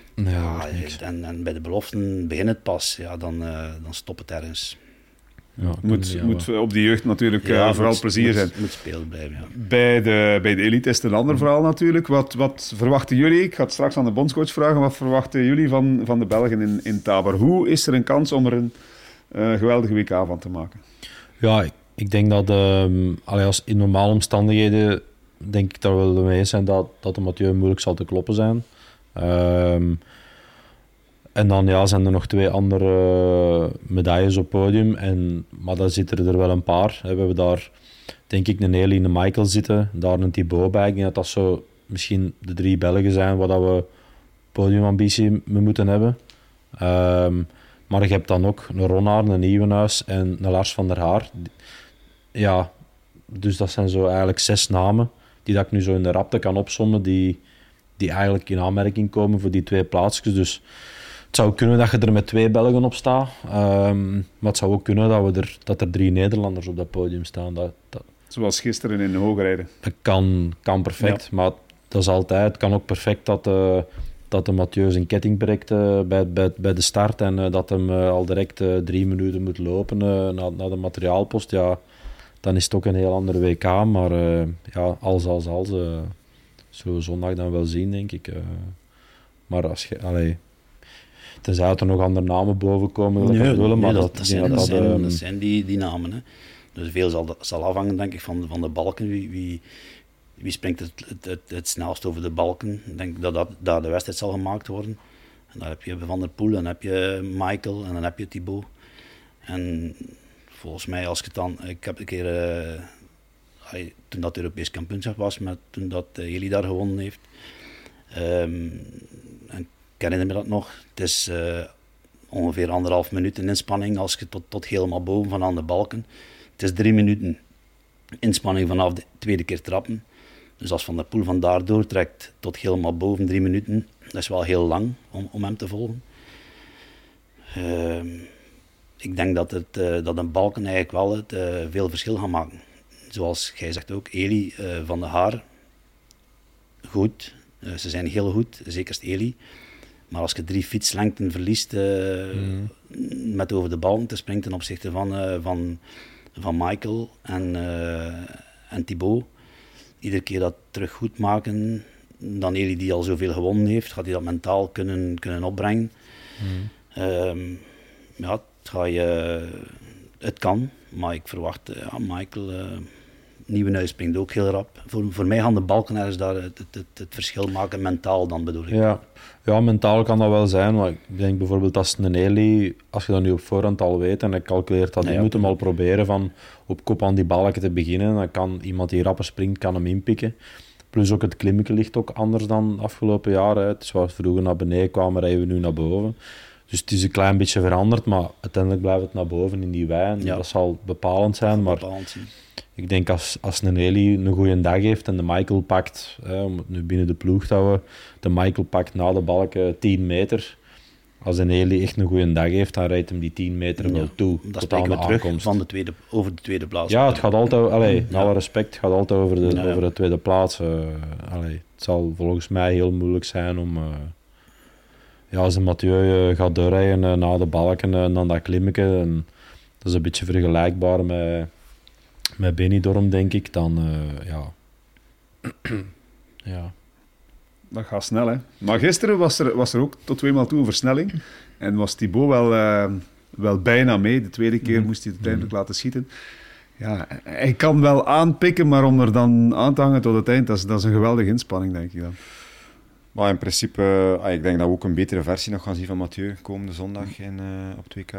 en bij de beloften begint het pas, dan stopt het ergens. Ja, moet op die jeugd natuurlijk vooral plezier zijn. Moet spelen blijven, ja. Bij de elite is het een ander verhaal natuurlijk. Wat verwachten jullie? Ik ga het straks aan de bondscoach vragen. Wat verwachten jullie van de Belgen in Tabor? Hoe is er een kans om er een geweldige WK van te maken? Ja, ik denk dat als in normale omstandigheden denk ik dat we ermee eens zijn dat de Mathieu moeilijk zal te kloppen zijn. En dan zijn er nog 2 andere medailles op het podium. Maar dan zitten er wel een paar. We hebben daar, denk ik, een Elie en een Michael zitten. Daar een Thibaut bij. Ik denk dat zo misschien de 3 Belgen zijn waar dat we podiumambitie mee moeten hebben. Maar je hebt dan ook een Ronnaar, een Nieuwenhuis en een Lars van der Haar. Ja, dus dat zijn zo eigenlijk 6 namen die dat ik nu zo in de rapte kan opsommen, die eigenlijk in aanmerking komen voor die 2 plaatsjes. Dus het zou kunnen dat je er met 2 Belgen op staat. Maar het zou ook kunnen dat er 3 Nederlanders op dat podium staan. Dat Zoals gisteren in de hoogrijden. Dat kan perfect, ja. Maar dat is altijd. Het kan ook perfect dat de Mathieu zijn ketting breekt bij de start en dat hem al direct 3 minuten moet lopen naar de materiaalpost. Ja, dan is het ook een heel ander WK. Maar als. Zo zondag dan wel zien, denk ik. Maar als je... tenzij er nog andere namen boven komen. Dat zijn die namen. Hè. Dus veel zal afhangen, denk ik, van de balken. Wie springt het snelst over de balken? Ik denk dat de wedstrijd zal gemaakt worden. En dan heb je Van der Poel, dan heb je Michael en dan heb je Thibaut. En volgens mij, als ik het dan... Ik heb een keer... toen dat Europees kampioenschap was, toen dat Elie daar gewonnen heeft. En ik herinner me dat nog. Het is ongeveer 1,5 minuut in inspanning als je tot helemaal boven van aan de balken. Het is 3 minuten inspanning vanaf de tweede keer trappen. Dus als Van der Poel van daar doortrekt tot helemaal boven 3 minuten, dat is wel heel lang om hem te volgen. Ik denk dat een balken eigenlijk wel veel verschil gaat maken. Zoals jij zegt ook, Elie van der Haar, goed. Ze zijn heel goed, zeker Elie. Maar als je 3 fietslengten verliest met over de balken te springen ten opzichte van Michael en Thibaut, iedere keer dat terug goed maken, dan Elie die al zoveel gewonnen heeft, gaat hij dat mentaal kunnen opbrengen. Het kan, maar ik verwacht, Michael... Nieuwenhuis springt ook heel rap. Voor mij gaan de balkenaars daar het verschil maken, mentaal dan bedoel ik. Ja, mentaal kan dat wel zijn, maar ik denk bijvoorbeeld als een Elie, als je dat nu op voorhand al weet en je calculeert dat, die moet hem al proberen van op kop aan die balken te beginnen, dan kan iemand die rapper springt, kan hem inpikken. Plus ook het klimmetje ligt ook anders dan afgelopen jaren. Het is wat vroeger naar beneden kwamen, rijden we nu naar boven. Dus het is een klein beetje veranderd, maar uiteindelijk blijft het naar boven in die wei. Dat zal bepalend zijn, maar ik denk als een Elie een goede dag heeft en de Michael pakt, om het nu binnen de ploeg te houden, de Michael pakt na de balken 10 meter. Als een Elie echt een goede dag heeft, dan rijdt hem die 10 meter wel toe. Dat spreken we terug over de tweede plaats. Ja, het gaat altijd, met alle respect, het gaat altijd over de tweede plaats. Het zal volgens mij heel moeilijk zijn om... als een Mathieu gaat doorrijden na de balken en dan dat klimmetje, en dat is een beetje vergelijkbaar met Benidorm, denk ik. Dan, ja. Dat gaat snel, hè. Maar gisteren was er ook tot 2 maal toe een versnelling. En was Thibaut wel bijna mee. De tweede keer moest hij het uiteindelijk laten schieten. Ja, hij kan wel aanpikken, maar om er dan aan te hangen tot het eind, dat is een geweldige inspanning, denk ik dan. Maar in principe, ik denk dat we ook een betere versie nog gaan zien van Mathieu komende zondag op 2K.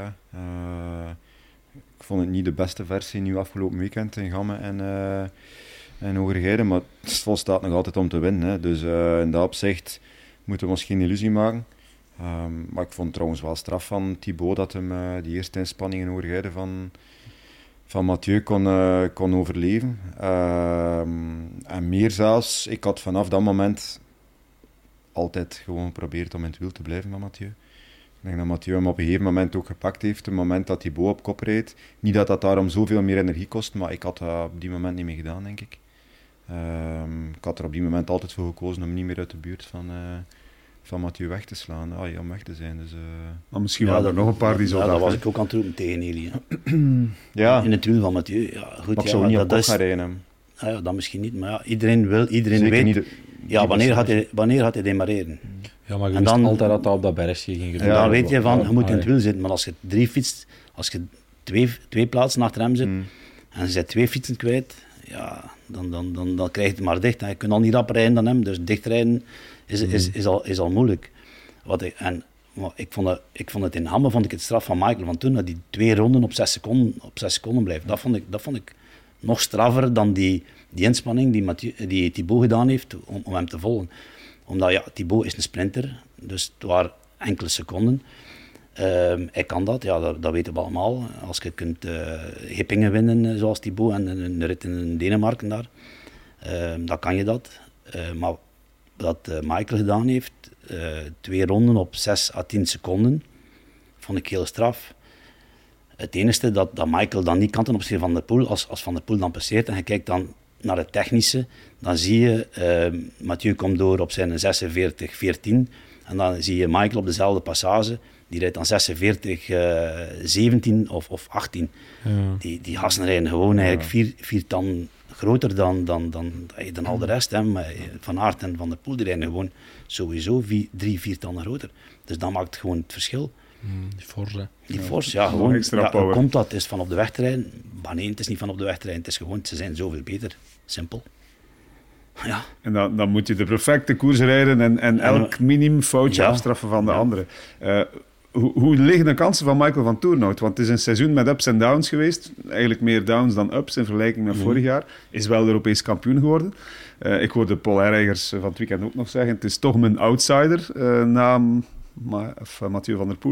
Ik vond het niet de beste versie nu afgelopen weekend in Gamme en Hogerheide, maar het volstaat nog altijd om te winnen. Hè. Dus in dat opzicht moeten we ons geen illusie maken. Maar ik vond het trouwens wel straf van Thibaut dat hem die eerste inspanning in Hogerheide van Mathieu kon overleven. En meer zelfs, ik had vanaf dat moment altijd gewoon geprobeerd om in het wiel te blijven met Mathieu. Ik denk dat Mathieu hem op een gegeven moment ook gepakt heeft, het moment dat Thibaut op kop reed. Niet dat dat daarom zoveel meer energie kost, maar ik had dat op die moment niet meer gedaan, denk ik. Ik had er op die moment altijd voor gekozen om niet meer uit de buurt van Mathieu weg te slaan, om weg te zijn. Dus, maar misschien waren er nog een paar die zo dachten. Dat was ik ook aan het roepen tegen Elie. Ja. In het wiel van Mathieu. Ja, goed, maar ik zou niet op kop gaan rijden. Ja, dat misschien niet, maar iedereen weet... Wanneer gaat hij demareren? Ja, maar je wist altijd dat hij op dat bergje ging gebeuren. Dan weet je van, je moet in het wiel zitten. Maar als je 3 fietst, als je twee plaatsen achter hem zit en je bent 2 fietsen kwijt, ja, dan krijg je het maar dicht. En je kunt al niet rapper rijden dan hem, dus dichtrijden is al moeilijk. maar ik vond het in Hamme vond ik het straf van Michael van toen, dat die 2 ronden op 6 seconden blijft. Dat vond ik nog straffer dan die inspanning die Thibaut gedaan heeft om hem te volgen. Omdat ja, Thibaut is een sprinter, dus het waren enkele seconden. Hij kan dat, ja, dat weten we allemaal. Als je kunt Hippingen winnen, zoals Thibaut, en een rit in Denemarken daar, dan kan je dat. Maar wat Michael gedaan heeft, 2 ronden op 6 à 10 seconden, vond ik heel straf. Het enige dat Michael dan niet kan ten opzichte van Van der Poel, als Van der Poel dan passeert en je kijkt dan naar het technische, dan zie je Mathieu komt door op zijn 46-14 en dan zie je Michael op dezelfde passage, die rijdt dan 46-17 of 18. Ja. Die gasten rijden gewoon eigenlijk 4 ton groter dan al de rest. Hè. Maar Van Aert en Van der Poel die rijden gewoon sowieso 3-4 ton groter. Dus dat maakt gewoon het verschil. Die force, hè. Die force, ja, gewoon. Extra power. Hoe komt dat? Is van op de weg te rijden? Maar nee, het is niet van op de weg te rijden. Het is gewoon, ze zijn zoveel beter. Simpel. Ja. En dan moet je de perfecte koers rijden en elk minimum foutje afstraffen van de andere. Hoe liggen de kansen van Michael van Toernout? Want het is een seizoen met ups en downs geweest. Eigenlijk meer downs dan ups in vergelijking met vorig jaar. Is wel Europees kampioen geworden. Ik hoorde Paul Herreigers van het weekend ook nog zeggen. Het is toch mijn outsider na Mathieu van der Poel.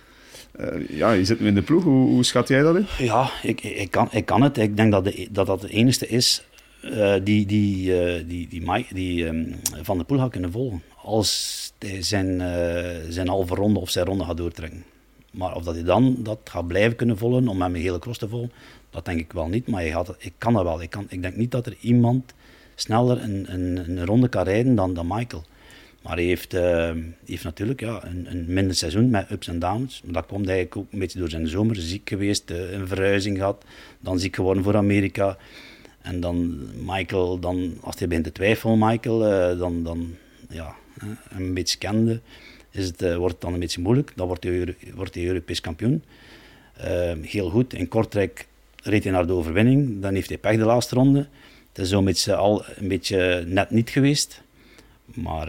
Ja. Je zit nu in de ploeg. Hoe schat jij dat in? Ja, ik kan het. Ik denk dat de enige is die Van der Poel gaat kunnen volgen. Als hij zijn halve ronde of zijn ronde gaat doortrekken. Maar of dat hij dan dat gaat blijven kunnen volgen om hem een hele cross te volgen, dat denk ik wel niet. Maar ik kan dat wel. Ik denk niet dat er iemand sneller een ronde kan rijden dan Michael. Maar hij heeft natuurlijk een minder seizoen met ups en downs. Maar dat komt eigenlijk ook een beetje door zijn zomer. Ziek geweest, een verhuizing gehad, dan ziek geworden voor Amerika. En dan Michael, als hij begint te twijfelen, dan een beetje kende, wordt het dan een beetje moeilijk. Dan wordt hij Europees kampioen. Heel goed. In Kortrijk reed hij naar de overwinning. Dan heeft hij pech de laatste ronde. Het is zo'n beetje al een beetje net niet geweest. Maar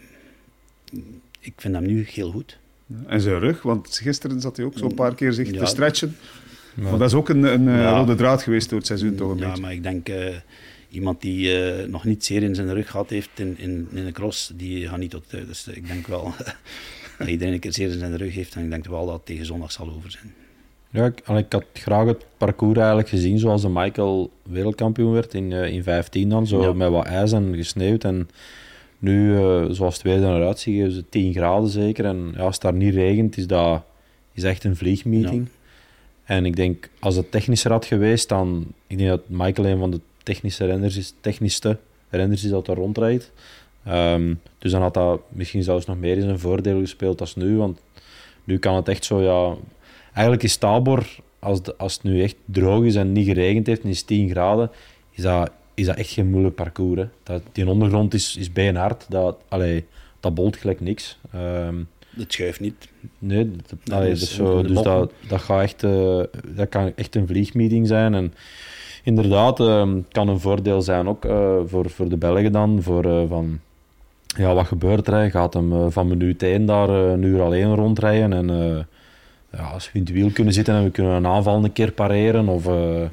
ik vind hem nu heel goed. En zijn rug, want gisteren zat hij ook zo'n paar keer zich te stretchen. Ja. Maar dat is ook een rode draad geweest door het seizoen toch een beetje. Ja, maar ik denk iemand die nog niet zeer in zijn rug gehad heeft in een cross, die gaat niet tot thuis. Dus ik denk wel dat iedereen een keer zeer in zijn rug heeft en ik denk wel dat het tegen zondag zal over zijn. Ja, ik had graag het parcours eigenlijk gezien zoals de Michael wereldkampioen werd in 15 dan, zo met wat ijs en gesneeuwd. En nu, zoals het weer eruit ziet, is het 10 graden zeker. En als het daar niet regent, is echt een vliegmeeting. Ja. En ik denk, als het technischer had geweest, dan... Ik denk dat Michael een van de technischste renners is dat er rondrijdt. Dus dan had dat misschien zelfs nog meer in zijn voordeel gespeeld als nu. Want nu kan het echt zo, ja... Eigenlijk is Tabor, als het nu echt droog is en niet geregend heeft en is 10 graden, is dat echt geen moeilijk parcours. Die ondergrond is beenhard. Dat bolt gelijk niks. Het schuift niet. Nee, dat gaat echt, dat kan echt een vliegmeeting zijn. En inderdaad, kan een voordeel zijn ook voor de Belgen dan. Wat gebeurt er? Gaat hem van minuut 1 daar een uur alleen rondrijden. En als we in het wiel kunnen zitten en we kunnen een aanval een keer pareren. Of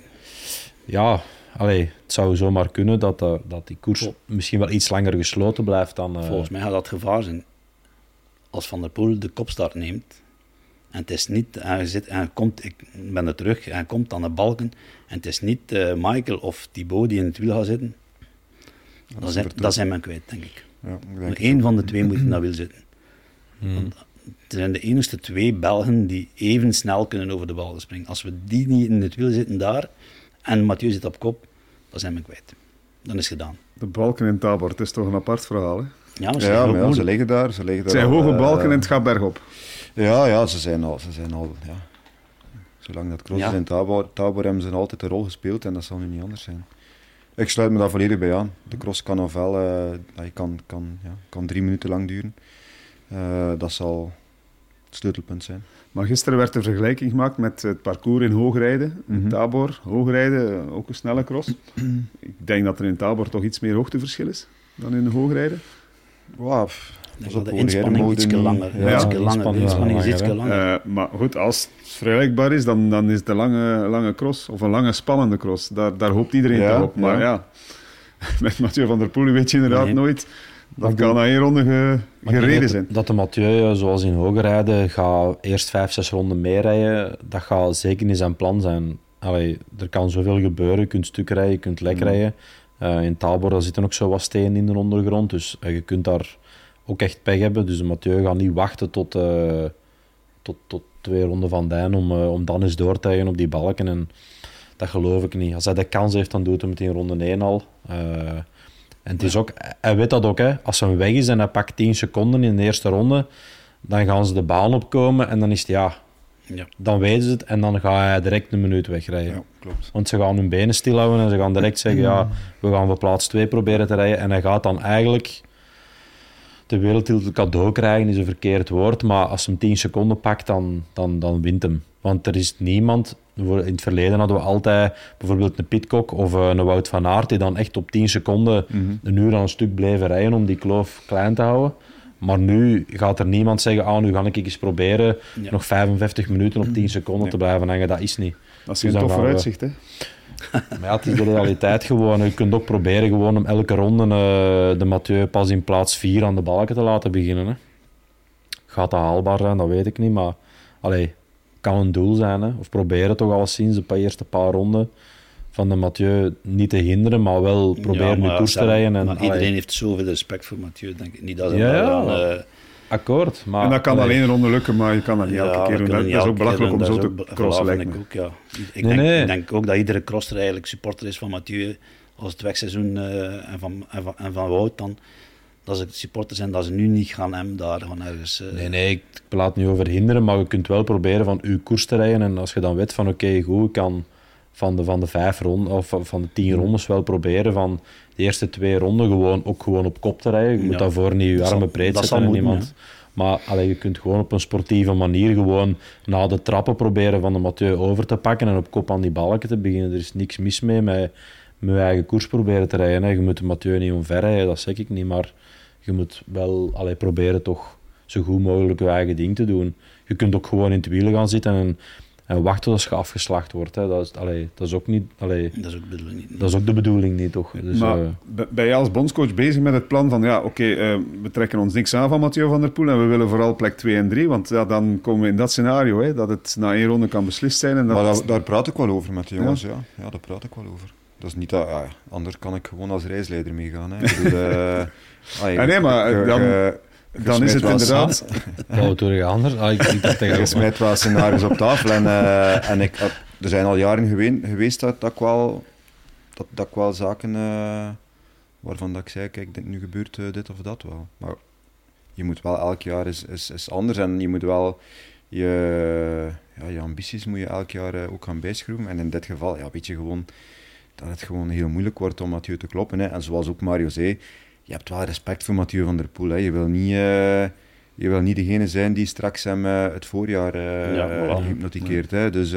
het zou zomaar kunnen dat die koers misschien wel iets langer gesloten blijft dan... Volgens mij gaat dat gevaar zijn. Als Van der Poel de kopstart neemt en het is niet, ik ben er terug en hij komt aan de balken en het is niet Michael of Thibaut die in het wiel gaat zitten, dat zijn men kwijt, denk ik. Ja, Eén van de twee moet in dat wiel zitten. Want het zijn de enige 2 Belgen die even snel kunnen over de balken springen. Als we die niet in het wiel zitten daar en Mathieu zit op kop, dan zijn we kwijt. Dan is het gedaan. De balken in Tabor, het is toch een apart verhaal, hè? Ja, ze liggen daar. Het zijn hoge balken en het gaat bergop. Ja, ze zijn al. Ja. Zolang dat cross is in Tabor hebben ze altijd een rol gespeeld en dat zal nu niet anders zijn. Ik sluit me daar volledig bij aan. De cross kan nog wel, kan 3 minuten lang duren. Dat zal het sleutelpunt zijn. Maar gisteren werd er vergelijking gemaakt met het parcours in hoogrijden. In Tabor, hoogrijden, ook een snelle cross. Ik denk dat er in Tabor toch iets meer hoogteverschil is dan in de hoogrijden. Wow. denk op dat de hoger inspanning mode iets niet. langer. Ja, Inspanning is iets langer, langer. Maar goed, als het vergelijkbaar is, dan is het een lange cross, of een lange spannende cross. Daar hoopt iedereen Ja, toch op. Maar ja, met Mathieu van der Poel weet je inderdaad Nee. nooit. Dat Maar kan na 1 ronde Maar ik gereden denk zijn. dat de Mathieu, zoals in hoger rijden, gaat eerst 5-6 ronden meerijden. Dat gaat zeker niet zijn plan zijn. Allee, er kan zoveel gebeuren. Je kunt stuk rijden, je kunt lek rijden. In Tabor daar zitten ook zo wat stenen in de ondergrond. Dus je kunt daar ook echt pech hebben. Dus de Mathieu gaat niet wachten tot 2 ronden van Dijn om dan eens door te rijden op die balken. En dat geloof ik niet. Als hij de kans heeft, dan doet hij het in ronde 1 al. En het is ook, hij weet dat ook, hè. Als hij weg is en hij pakt 10 seconden in de eerste ronde, dan gaan ze de baan opkomen en dan is het Ja. dan weten ze het en dan gaat hij direct een minuut wegrijden. Ja, klopt. Want ze gaan hun benen stilhouden en ze gaan direct zeggen, ja, we gaan voor plaats 2 proberen te rijden. En hij gaat dan eigenlijk de wereldtitel cadeau krijgen, is een verkeerd woord, maar als hij hem 10 seconden pakt, dan wint hem. Want er is niemand, in het verleden hadden we altijd bijvoorbeeld een Pidcock of een Wout van Aert, die dan echt op 10 seconden een uur aan een stuk bleven rijden om die kloof klein te houden. Maar nu gaat er niemand zeggen, nu ga ik eens proberen nog 55 minuten op 10 seconden te blijven hangen. Dat is niet. Dat is Dus geen dan tof gaan we- vooruitzicht, hè? Maar ja, het is de realiteit gewoon. Je kunt ook proberen gewoon om elke ronde de Mathieu pas in plaats 4 aan de balken te laten beginnen. Hè. Gaat dat haalbaar zijn, dat weet ik niet. Maar kan een doel zijn. Hè. Of proberen toch al sinds de eerste paar ronden van de Mathieu niet te hinderen, maar wel proberen de koers te rijden. En, maar iedereen heeft zoveel respect voor Mathieu, denk ik. Niet dat ze Ja, dan, ja. Akkoord. Maar, En dat kan alleen een ronde lukken, maar je kan dat niet ja, elke keer doen. we kunnen Dat is ook niet elke belachelijk om keer zo doen, te dat is ook crossen, voilà, lijkt vind me. ik ook, ja. Nee. Ik denk ook dat iedere crosser eigenlijk supporter is van Mathieu. Als het wegseizoen en van Wout dan, dat ze supporter zijn dat ze nu niet gaan hem daar van ergens... Nee, ik laat het niet over hinderen, maar je kunt wel proberen van uw koers te rijden. En als je dan weet van oké, goed, ik kan van de 5 ronden of van de 10 rondes wel proberen van de eerste 2 ronden gewoon op kop te rijden. Je moet Ja. daarvoor niet je Dat armen zal- breed dat zetten zal en moeten, iemand. Maar je kunt gewoon op een sportieve manier gewoon na de trappen proberen van de Mathieu over te pakken en op kop aan die balken te beginnen. Er is niks mis mee met je eigen koers proberen te rijden. Hè. Je moet de Mathieu niet omverrijden, dat zeg ik niet, maar je moet wel proberen toch zo goed mogelijk je eigen ding te doen. Je kunt ook gewoon in het wielen gaan zitten en wachten als je afgeslacht wordt. Hè. Dat is ook niet... Dat is ook de bedoeling niet. Dat is ook de bedoeling niet, toch? Dus, Maar ben jij als bondscoach bezig met het plan van we trekken ons niks aan van Mathieu van der Poel en we willen vooral plek 2 en 3, want dan komen we in dat scenario, hè, dat het na 1 ronde kan beslist zijn. En dat... Maar daar praat ik wel over met de jongens, ja. Ja, daar praat ik wel over. Dat is niet dat... Ja, anders kan ik gewoon als reisleider meegaan. Hè. Ik bedoel, nee, maar dan is het inderdaad... Wat doe je anders? Ik dacht Je smijt wel scenario's op tafel. En er zijn al jaren geweest dat ik wel zaken... waarvan dat ik zei, kijk, nu gebeurt dit of dat wel. Maar je moet wel elk jaar is anders. En je moet wel... Je ambities moet je elk jaar ook gaan bijschroeven. En in dit geval weet je gewoon dat het gewoon heel moeilijk wordt om Mathieu te kloppen. Hè. En zoals ook Mario zei, je hebt wel respect voor Mathieu van der Poel. Hè. Je wil niet degene zijn die straks hem het voorjaar hypnotiseert. Hè. Dus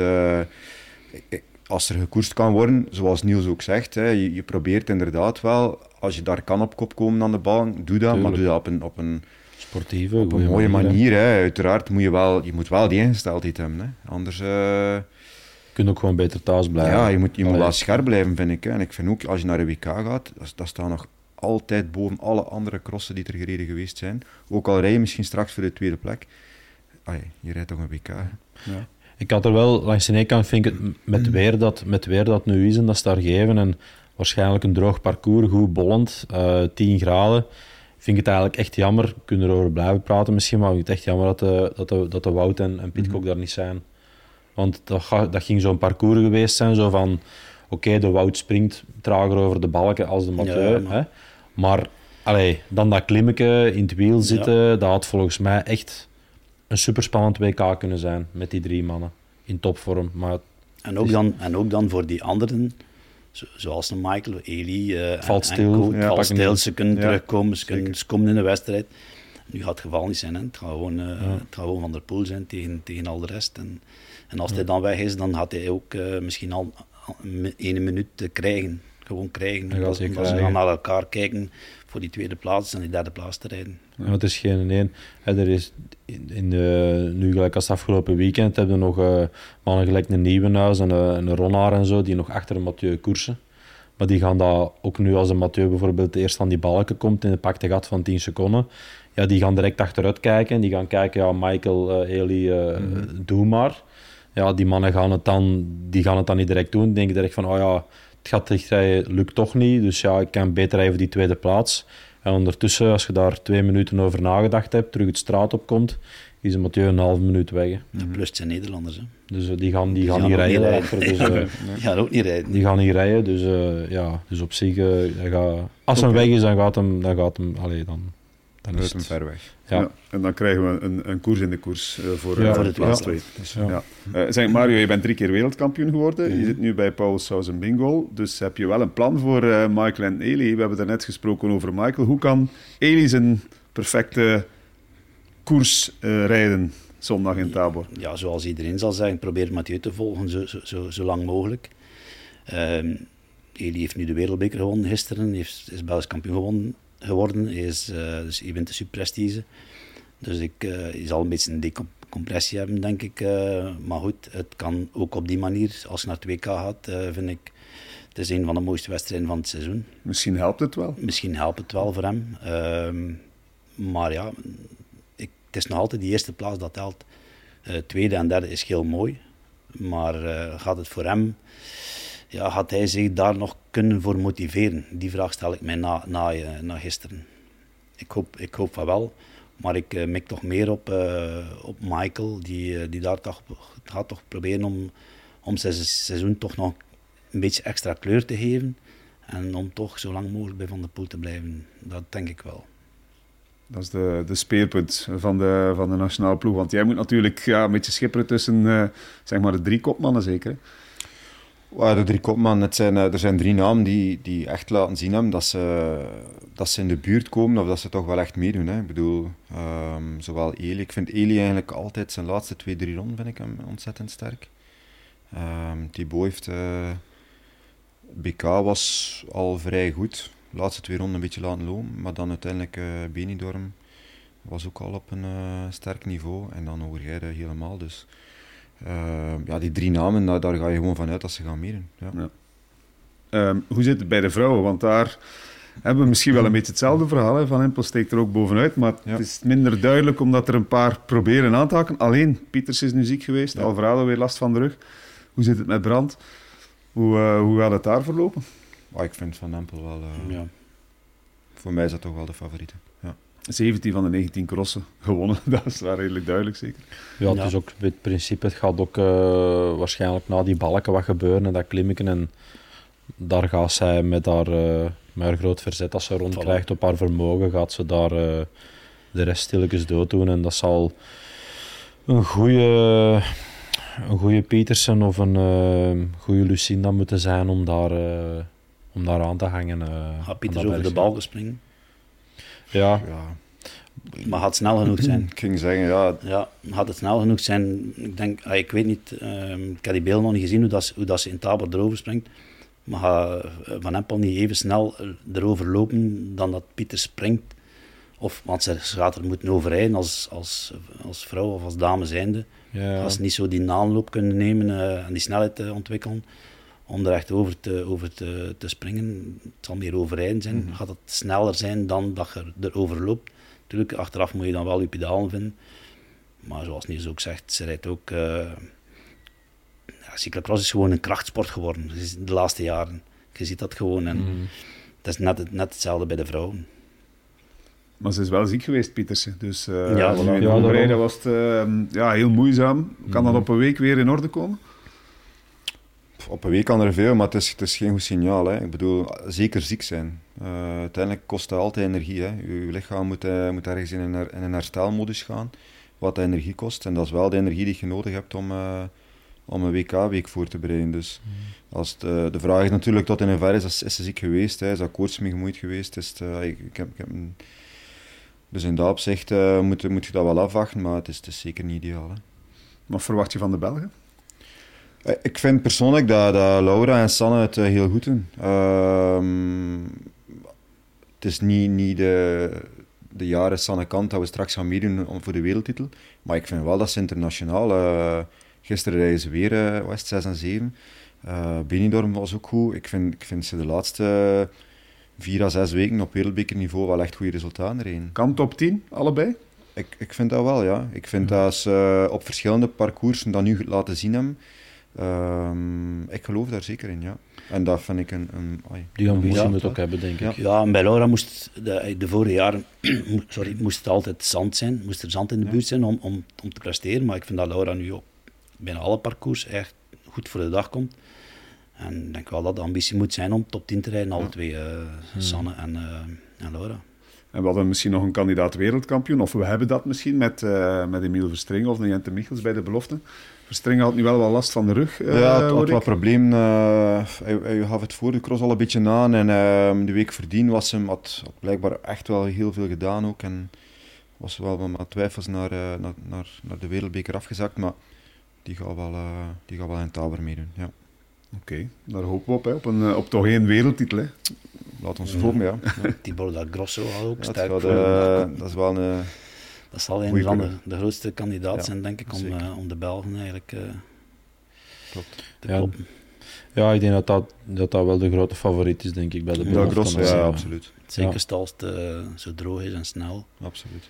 als er gekoerst kan worden, zoals Niels ook zegt, hè, je probeert inderdaad wel, als je daar kan op kop komen aan de bal, doe dat. Tuurlijk. Maar doe dat op een sportieve, op een mooie manier. Hè. Uiteraard moet je moet wel die ingesteldheid hebben. Hè. Anders... Je kunt ook gewoon beter thuis blijven. Ja, je moet wel scherp blijven, vind ik. Hè. En ik vind ook, als je naar de WK gaat, dat staat nog altijd boven alle andere crossen die er gereden geweest zijn. Ook al rij je misschien straks voor de tweede plek. Je rijdt toch een WK. Hè. Ja. Ik had er wel, langs de ene kant vind ik het met weer dat nu is en dat is daar gegeven en waarschijnlijk een droog parcours, goed bollend, 10 graden. Vind ik het eigenlijk echt jammer, we kunnen erover blijven praten misschien, maar ik vind het echt jammer dat de Wout en Pidcock daar niet zijn. Want dat ging zo'n parcours geweest zijn, zo van oké, de Wout springt trager over de balken als de Mathieu. Ja, maar dan dat klimmetje in het wiel zitten, dat had volgens mij echt een superspannend WK kunnen zijn met die 3 mannen in topvorm. Maar en ook dan voor die anderen, zoals een Michael, Eli, valt stil, valt stil, ze kunnen terugkomen, ze komen in de wedstrijd. Nu gaat het geval niet zijn, hè. Het gaat gewoon Van der Poel zijn tegen al de rest. En als hij dan weg is, dan gaat hij ook misschien al 1 minuut krijgen. gewoon krijgen. Hij gaat Omdat die ze krijgen. gaan naar elkaar kijken voor die tweede plaats en die derde plaats te rijden. Ja, het is geen één. Er is nu gelijk als het afgelopen weekend hebben we nog mannen gelijk een Nieuwenhuis en een Ronnaar en zo, die nog achter Mathieu koersen. Maar die gaan dat ook nu, als de Mathieu bijvoorbeeld eerst aan die balken komt in het pakte gat van 10 seconden, ja, die gaan direct achteruit kijken. Die gaan kijken, ja, Michael, Eli, doe maar. Ja, die mannen gaan het dan niet direct doen. Die denken direct van, oh ja, het gat dichtrijden lukt toch niet, dus ja, ik kan beter even die tweede plaats. En ondertussen, als je daar 2 minuten over nagedacht hebt, terug het straat opkomt, is Mathieu een halve minuut weg. Hè. Plus het zijn Nederlanders. Hè. Dus die gaan niet ook rijden niet daarachter. Dus, Die gaan ook niet rijden. die gaan niet rijden, dus ja, dus op zich, als hij weg is, dan gaat hem, allee, dan is Uit hem het ver weg. Ja. Ja, en dan krijgen we een koers in de koers voor, Ja, voor de de plaats tweede 2. Ja. Ja. Zeg Mario, je bent 3 keer wereldkampioen geworden. Je zit nu bij Paul Sauzen Bingo. Dus heb je wel een plan voor Michael en Eli. We hebben daarnet gesproken over Michael. Hoe kan Eli zijn perfecte koers rijden zondag in Tabor? Ja, zoals iedereen zal zeggen, probeer Mathieu te volgen zo lang mogelijk. Eli heeft nu de wereldbeker gewonnen gisteren, is Belgisch kampioen geworden. Dus hij wint de superprestige. Dus hij zal een beetje een decompressie hebben, denk ik. Maar goed, het kan ook op die manier. Als je naar het WK gaat, vind ik, het is een van de mooiste wedstrijden van het seizoen. Misschien helpt het wel. Misschien helpt het wel voor hem. Maar ja, het is nog altijd die eerste plaats dat telt. Tweede en derde is heel mooi. Maar gaat het voor hem... Ja, gaat hij zich daar nog kunnen voor motiveren? Die vraag stel ik mij na gisteren. Ik hoop van wel. Maar ik mik toch meer op Michael. Die daar toch gaat toch proberen om zijn seizoen toch nog een beetje extra kleur te geven. En om toch zo lang mogelijk bij Van der Poel te blijven. Dat denk ik wel. Dat is de speerpunt van de nationale ploeg. Want jij moet natuurlijk een beetje schipperen tussen zeg maar de 3 kopmannen, zeker. De 3 kopmannen, er zijn 3 namen die echt laten zien hebben dat ze in de buurt komen of dat ze toch wel echt meedoen. Hè. Ik bedoel, zowel Eli. Ik vind Eli eigenlijk altijd zijn laatste 2-3 ronden vind ik hem ontzettend sterk. Thibaut heeft... BK was al vrij goed. De laatste 2 ronden een beetje laten lopen. Maar dan uiteindelijk Benidorm was ook al op een sterk niveau. En dan Overijde helemaal. Dus die 3 namen, daar ga je gewoon vanuit dat ze gaan meedoen. Ja. Ja. Hoe zit het bij de vrouwen? Want daar hebben we misschien wel een beetje hetzelfde verhaal. Hè. Van Empel steekt er ook bovenuit. Maar het is minder duidelijk omdat er een paar proberen aan te haken. Alleen Pieters is nu ziek geweest. Ja. Alvarado weer last van de rug. Hoe zit het met Brandt? Hoe gaat het daar verlopen? Ik vind Van Empel wel... Ja. Voor mij is dat toch wel de favoriete. Ja. 17 van de 19 crossen gewonnen. Dat is wel redelijk duidelijk, zeker. Ja, het is ook het principe. Het gaat ook waarschijnlijk na die balken wat gebeuren en dat klimmeken. En daar gaat zij met haar groot verzet, als ze rondkrijgt op haar vermogen, gaat ze daar de rest stilletjes dood doen. En dat zal een goede Petersen of een goede Lucinda moeten zijn om daar aan te hangen. Gaat Pieters over de bal springen? Ja. Maar gaat het snel genoeg zijn? Ik ging zeggen, ja. Ja, gaat het snel genoeg zijn? Ik denk, ik weet niet, ik heb die beelden nog niet gezien hoe dat ze in Tabor erover springt. Maar gaat Van Empel niet even snel erover lopen dan dat Pieters springt? Want ze gaat er moeten overrijden als vrouw of als dame zijnde. Ja. Als ze niet zo die aanloop kunnen nemen en die snelheid ontwikkelen om er echt over te springen. Het zal meer overrijden zijn. Gaat het sneller zijn dan dat je erover loopt. Natuurlijk, achteraf moet je dan wel je pedalen vinden. Maar zoals Niels ook zegt, ze rijdt ook... cyclocross is gewoon een krachtsport geworden de laatste jaren. Je ziet dat gewoon. En dat is net hetzelfde bij de vrouwen. Maar ze is wel ziek geweest, Pietersen. Dus voilà. in Hongarije was het heel moeizaam. Kan dat op een week weer in orde komen? Op een week kan er veel, maar het is geen goed signaal. Hè. Ik bedoel, zeker ziek zijn. Uiteindelijk kost het altijd energie. Hè. Je lichaam moet ergens in een herstelmodus gaan, wat de energie kost. En dat is wel de energie die je nodig hebt om een WK-week voor te bereiden. Dus als de vraag is natuurlijk tot in hoeverre is ze ziek geweest, hè. Is dat koorts mee gemoeid geweest? Dus in dat opzicht moet je dat wel afwachten, maar het is zeker niet ideaal. Hè. Wat verwacht je van de Belgen? Ik vind persoonlijk dat Laura en Sanne het heel goed doen. Het is niet de jaren Sanne Kant dat we straks gaan meedoen voor de wereldtitel. Maar ik vind wel dat ze internationaal... gisteren rijden ze weer 6 en 7. Benidorm was ook goed. Ik vind ze de laatste 4 à 6 weken op wereldbekerniveau wel echt goede resultaten rijden. Kan top 10, allebei? Ik vind dat wel, ja. Ik vind dat ze op verschillende parcoursen dat nu laten zien hebben. Ik geloof daar zeker in, ja. En dat vind ik Die ambitie een moet ook hebben, denk ik. Ja, en bij Laura moest de vorige jaren moest het altijd zand zijn, moest er zand in de buurt zijn om te presteren. Maar ik vind dat Laura nu op bijna alle parcours echt goed voor de dag komt. En ik denk wel dat de ambitie moet zijn om top 10 te rijden, alle twee, Sanne en Laura. En we hadden misschien nog een kandidaat wereldkampioen, of we hebben dat misschien met Emiel Verstringen of Jente Michels bij de belofte. Verstringen had nu wel wat last van de rug. Ja, het had wat probleem. Hij gaf het voor de cross al een beetje aan en de week voordien had blijkbaar echt wel heel veel gedaan ook. En was wel met twijfels naar de wereldbeker afgezakt, maar die gaat wel in Taber meedoen. Ja. Oké, daar hopen we op, op toch één wereldtitel. Hè. Laat ons hopen, ja. Thibaut da Grosso had ook Ja, sterk. dat is wel een... Dat zal een van de grootste kandidaten zijn, denk ik, om de Belgen eigenlijk Klopt. te kloppen. Ja, ik denk dat wel de grote favoriet is, denk ik, bij de beloften. Ja, Grosso, ja, absoluut. Zeker als het zo droog is en snel. Absoluut.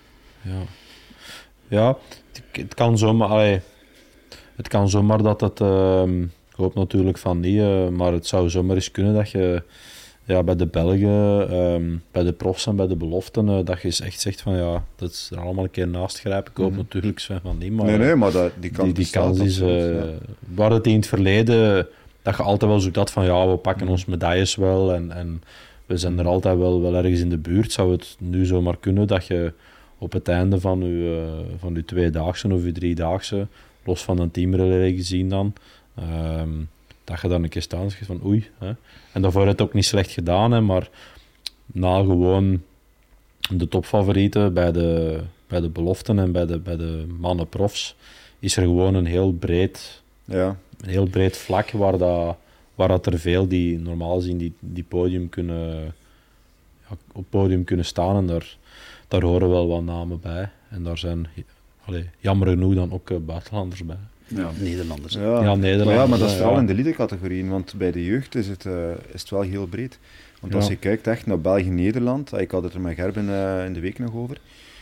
Ja, het kan zomaar... Het kan zomaar dat het... ik hoop natuurlijk van niet, maar het zou zomaar eens kunnen dat je bij de Belgen, bij de profs en bij de beloften, dat je eens echt zegt van ja, dat is er allemaal een keer naast grijpen. Ik hoop natuurlijk Sven van niet, maar... Nee, maar die kans is... Waar het in het verleden, dat je altijd wel zoekt dat van ja, we pakken ons medailles wel en we zijn er altijd wel ergens in de buurt. Zou het nu zomaar kunnen dat je op het einde van je tweedaagse of je driedaagse, los van een teamrelay gezien dan, dat je dan een keer staan en zegt van oei. Hè. En daarvoor heb je het ook niet slecht gedaan, hè, maar na gewoon de topfavorieten bij de beloften en bij de mannen profs is er gewoon een heel breed vlak waar dat er veel die normaal gezien die podium op podium kunnen staan en daar horen wel wat namen bij. En daar zijn jammer genoeg dan ook buitenlanders bij. Ja. Nederlanders. Ja, Nederlanders. Maar dat is vooral in de elite-categorieën, want bij de jeugd is het wel heel breed. Want als je kijkt echt naar België-Nederland, ik had het er met Gerben in de week nog over,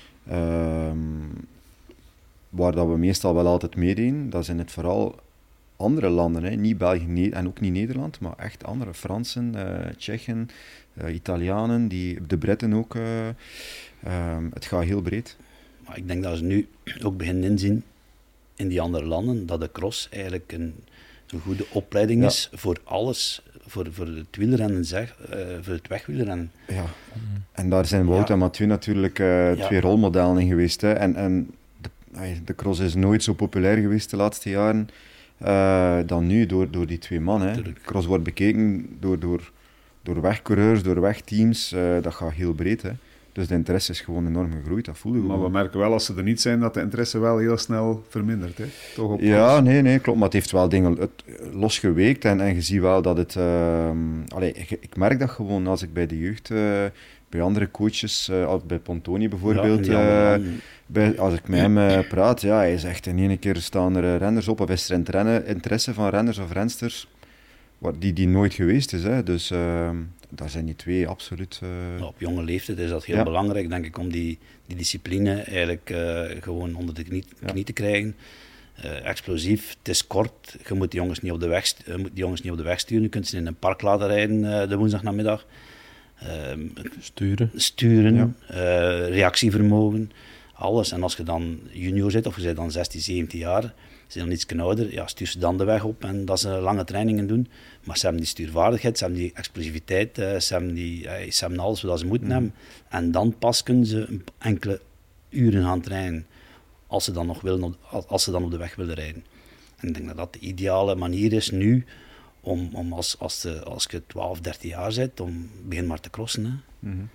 waar dat we meestal wel altijd meededen, dat zijn het vooral andere landen, hè. Niet België en ook niet Nederland, maar echt andere. Fransen, Tsjechen, Italianen, de Britten ook. Het gaat heel breed. Maar ik denk dat ze nu ook beginnen inzien in die andere landen, dat de cross eigenlijk een goede opleiding is voor alles, voor het wielrennen, voor het wegwielrennen. Ja, en daar zijn Wout en Mathieu natuurlijk twee rolmodellen in geweest. Hè. En de cross is nooit zo populair geweest de laatste jaren dan nu, door die twee mannen. De cross wordt bekeken door wegcoureurs, door wegteams, dat gaat heel breed. Hè. Dus de interesse is gewoon enorm gegroeid, dat voel je gewoon. Maar we merken wel, als ze er niet zijn, dat de interesse wel heel snel vermindert. Hè? Toch op nee, klopt. Maar het heeft wel dingen losgeweekt en je ziet wel dat het... ik merk dat gewoon als ik bij de jeugd, bij andere coaches, bij Pontoni bijvoorbeeld, als ik met hem praat, hij zegt in één keer staan er renners op, of is er interesse van renners of rensters die nooit geweest is. Hè. Dus... daar zijn die twee absoluut... Op jonge leeftijd is dat heel belangrijk, denk ik, om die discipline eigenlijk gewoon onder de knie te krijgen. Explosief, het is kort, je moet die jongens niet op de weg sturen, je kunt ze in een park laten rijden de woensdagnamiddag. Sturen, reactievermogen, alles. En als je dan junior zit, of je bent dan 16, 17 jaar, ze zijn dan iets ouder, stuur ze dan de weg op en dat ze lange trainingen doen. Maar ze hebben die stuurvaardigheid, ze hebben die explosiviteit, ze hebben alles wat ze moeten hebben. En dan pas kunnen ze enkele uren gaan trainen, als ze dan op de weg willen rijden. En ik denk dat dat de ideale manier is nu, om als je 12, 13 jaar bent, om begin maar te crossen. Hè.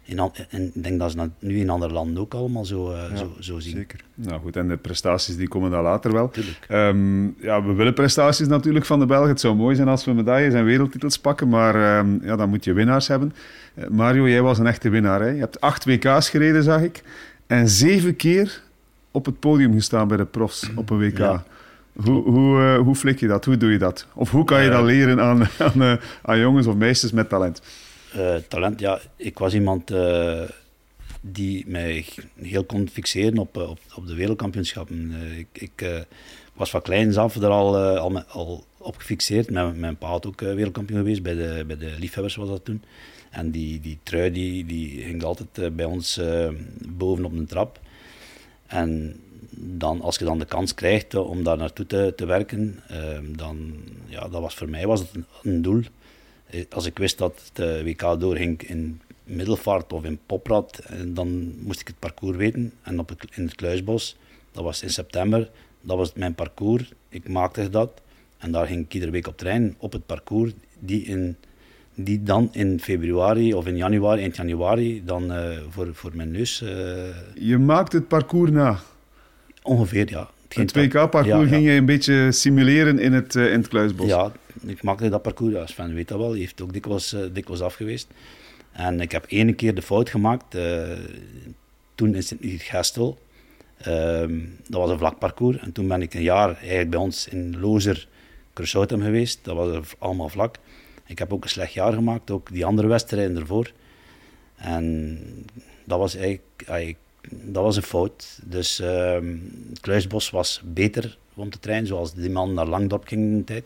En ik denk dat ze dat nu in andere landen ook allemaal zo zien. Zeker. Nou goed, en de prestaties die komen dan later wel. Tuurlijk. Ja, we willen prestaties natuurlijk van de Belgen. Het zou mooi zijn als we medailles en wereldtitels pakken, maar ja, dan moet je winnaars hebben. Mario, jij was een echte winnaar. Hè? Je hebt 8 WK's gereden, zag ik. En 7 keer op het podium gestaan bij de profs op een WK. Ja. Hoe flik je dat? Hoe doe je dat? Of hoe kan je dat leren aan jongens of meisjes met talent? Talent, ja. Ik was iemand die mij heel kon fixeren op de wereldkampioenschappen. Ik was van kleins af er al op gefixeerd. Mijn pa had ook wereldkampioen geweest, bij de liefhebbers was dat toen. En die trui die hing altijd bij ons boven op de trap. En dan, als je dan de kans krijgt om daar naartoe te werken, dat was voor mij was het een doel. Als ik wist dat de WK doorging in Middelvaart of in Poprad, dan moest ik het parcours weten. En in het Kluisbos, dat was in september, dat was mijn parcours. Ik maakte dat en daar ging ik iedere week op trein op het parcours die dan in februari of in januari, eind januari, dan voor mijn neus... Je maakt het parcours na? Ongeveer, ja. Het WK-parcours ging je een beetje simuleren in het Kluisbos? Ja, ik maakte dat parcours. Ja, Sven weet dat wel, hij heeft ook dikwijls af geweest. En ik heb 1 keer de fout gemaakt, toen in Sint-Gestel. Dat was een vlak parcours. En toen ben ik een jaar eigenlijk bij ons in Lozer, Crusotum geweest. Dat was allemaal vlak. Ik heb ook een slecht jaar gemaakt, ook die andere wedstrijden ervoor. En dat was eigenlijk dat was een fout. Dus het Kluisbos was beter om te trainen, zoals die man naar Langdorp ging in de tijd.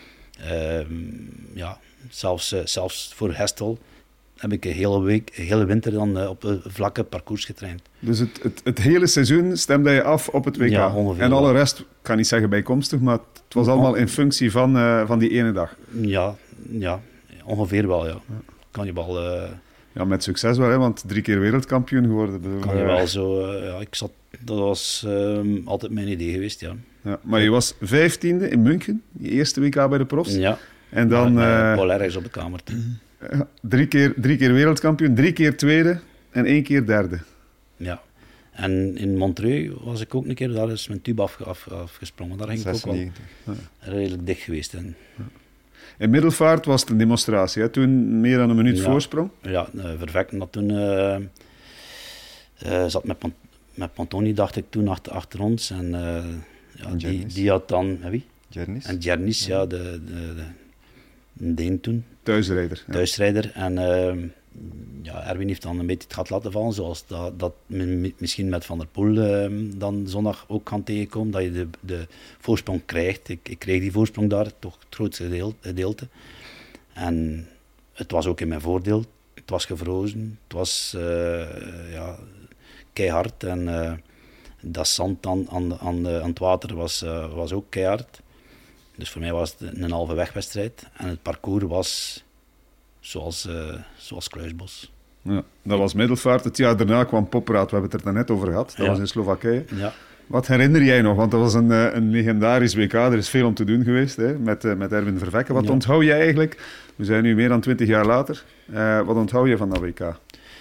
Zelfs voor Gestel heb ik een hele winter dan op een vlakke parcours getraind. Dus het hele seizoen stemde je af op het WK? Ja, ongeveer. En alle rest, ik kan niet zeggen bijkomstig, maar het was allemaal in functie van die ene dag? Ja, ongeveer wel, ja. Kan je wel... Ja, met succes wel, hè, want 3 keer wereldkampioen geworden. Kan je wel zo... dat was altijd mijn idee geweest, ja. Ja, maar je was 15e in München, je eerste WK bij de profs. Ja. En dan... Paul ergens op de kamer. 3 keer wereldkampioen, 3 keer tweede en 1 keer derde. Ja. En in Montreux was ik ook een keer, daar is mijn tube afgesprongen. Daar ging 96. ik ook wel redelijk dicht geweest. En, in Middelvaart was het een demonstratie, hè? Toen meer dan een minuut voorsprong. Ja, Vervekken had toen... zat met Pontoni, dacht ik, toen achter ons. En die had dan... Wie? Djernis. En Djernis, ja, de Deen toen. Thuisrijder. En Erwin heeft dan een beetje het gat laten vallen, zoals dat misschien met Van der Poel dan zondag ook kan tegenkomen, dat je de voorsprong krijgt. Ik kreeg die voorsprong daar, toch het grootste gedeelte. En het was ook in mijn voordeel. Het was gevrozen, het was keihard en dat zand aan het water was ook keihard. Dus voor mij was het een halve wegwedstrijd. En het parcours was zoals Kluisbos. Ja, dat was Middelvaart. Het jaar daarna kwam Poprad. We hebben het er daarnet over gehad. Dat was in Slowakije. Ja. Wat herinner jij nog? Want dat was een legendarisch WK. Er is veel om te doen geweest, hè? Met Erwin Vervekken. Wat onthoud jij eigenlijk? We zijn nu meer dan 20 jaar later. Wat onthoud je van dat WK?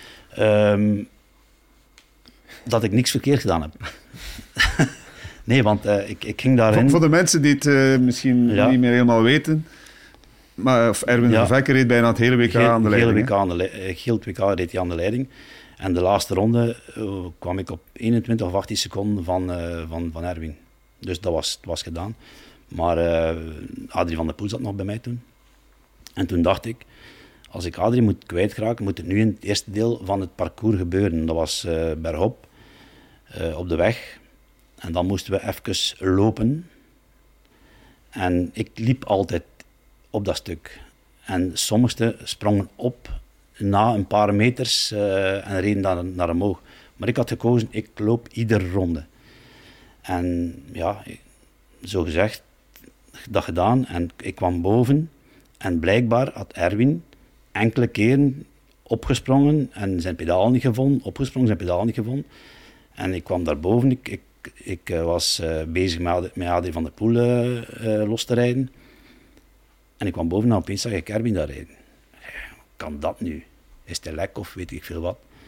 Dat ik niks verkeerd gedaan heb. Nee, want ik ging daarin... Voor de mensen die het misschien niet meer helemaal weten... Maar Erwin Vervekken reed bijna het hele WK aan de leiding. Heel het WK reed hij aan de leiding. En de laatste ronde kwam ik op 21 of 18 seconden van Erwin. Dus dat was gedaan. Maar Adrie van der Poel zat nog bij mij toen. En toen dacht ik, als ik Adrie moet kwijtraken, moet het nu in het eerste deel van het parcours gebeuren. Dat was bergop, op de weg. En dan moesten we even lopen. En ik liep altijd op dat stuk. En sommigen sprongen op na een paar meters en reden naar omhoog. Maar ik had gekozen, ik loop iedere ronde. En ja, zo gezegd, dat gedaan. En ik kwam boven en blijkbaar had Erwin enkele keren opgesprongen en zijn pedaal niet gevonden, opgesprongen, zijn pedaal niet gevonden. En ik kwam daarboven, ik was bezig met Adrie van der Poel los te rijden. En ik kwam boven en opeens zag ik Erwin daar rijden. Kan dat nu? Is het lek of weet ik veel wat?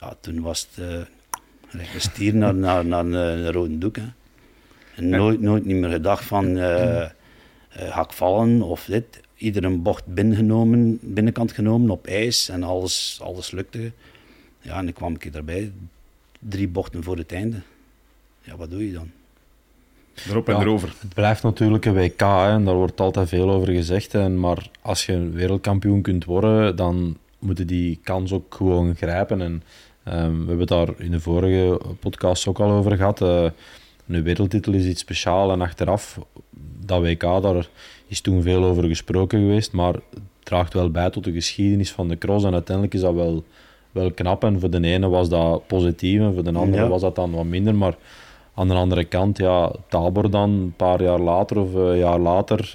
ja, toen was het gelijk een stier naar een rode doek. Hè. En nooit niet meer gedacht van ga ik vallen of dit. Iedere bocht binnenkant genomen op ijs en alles lukte. Ja, en dan kwam ik daarbij, 3 bochten voor het einde. Ja, wat doe je dan? Erop en erover. Het blijft natuurlijk een WK, hè, en daar wordt altijd veel over gezegd. Maar als je wereldkampioen kunt worden, dan moeten die kans ook gewoon grijpen. En we hebben het daar in de vorige podcast ook al over gehad. Een wereldtitel is iets speciaals en achteraf, dat WK, daar is toen veel over gesproken geweest, maar het draagt wel bij tot de geschiedenis van de cross en uiteindelijk is dat wel knap en voor de ene was dat positief en voor de andere was dat dan wat minder, maar aan de andere kant, ja, Tabor dan een paar jaar later of een jaar later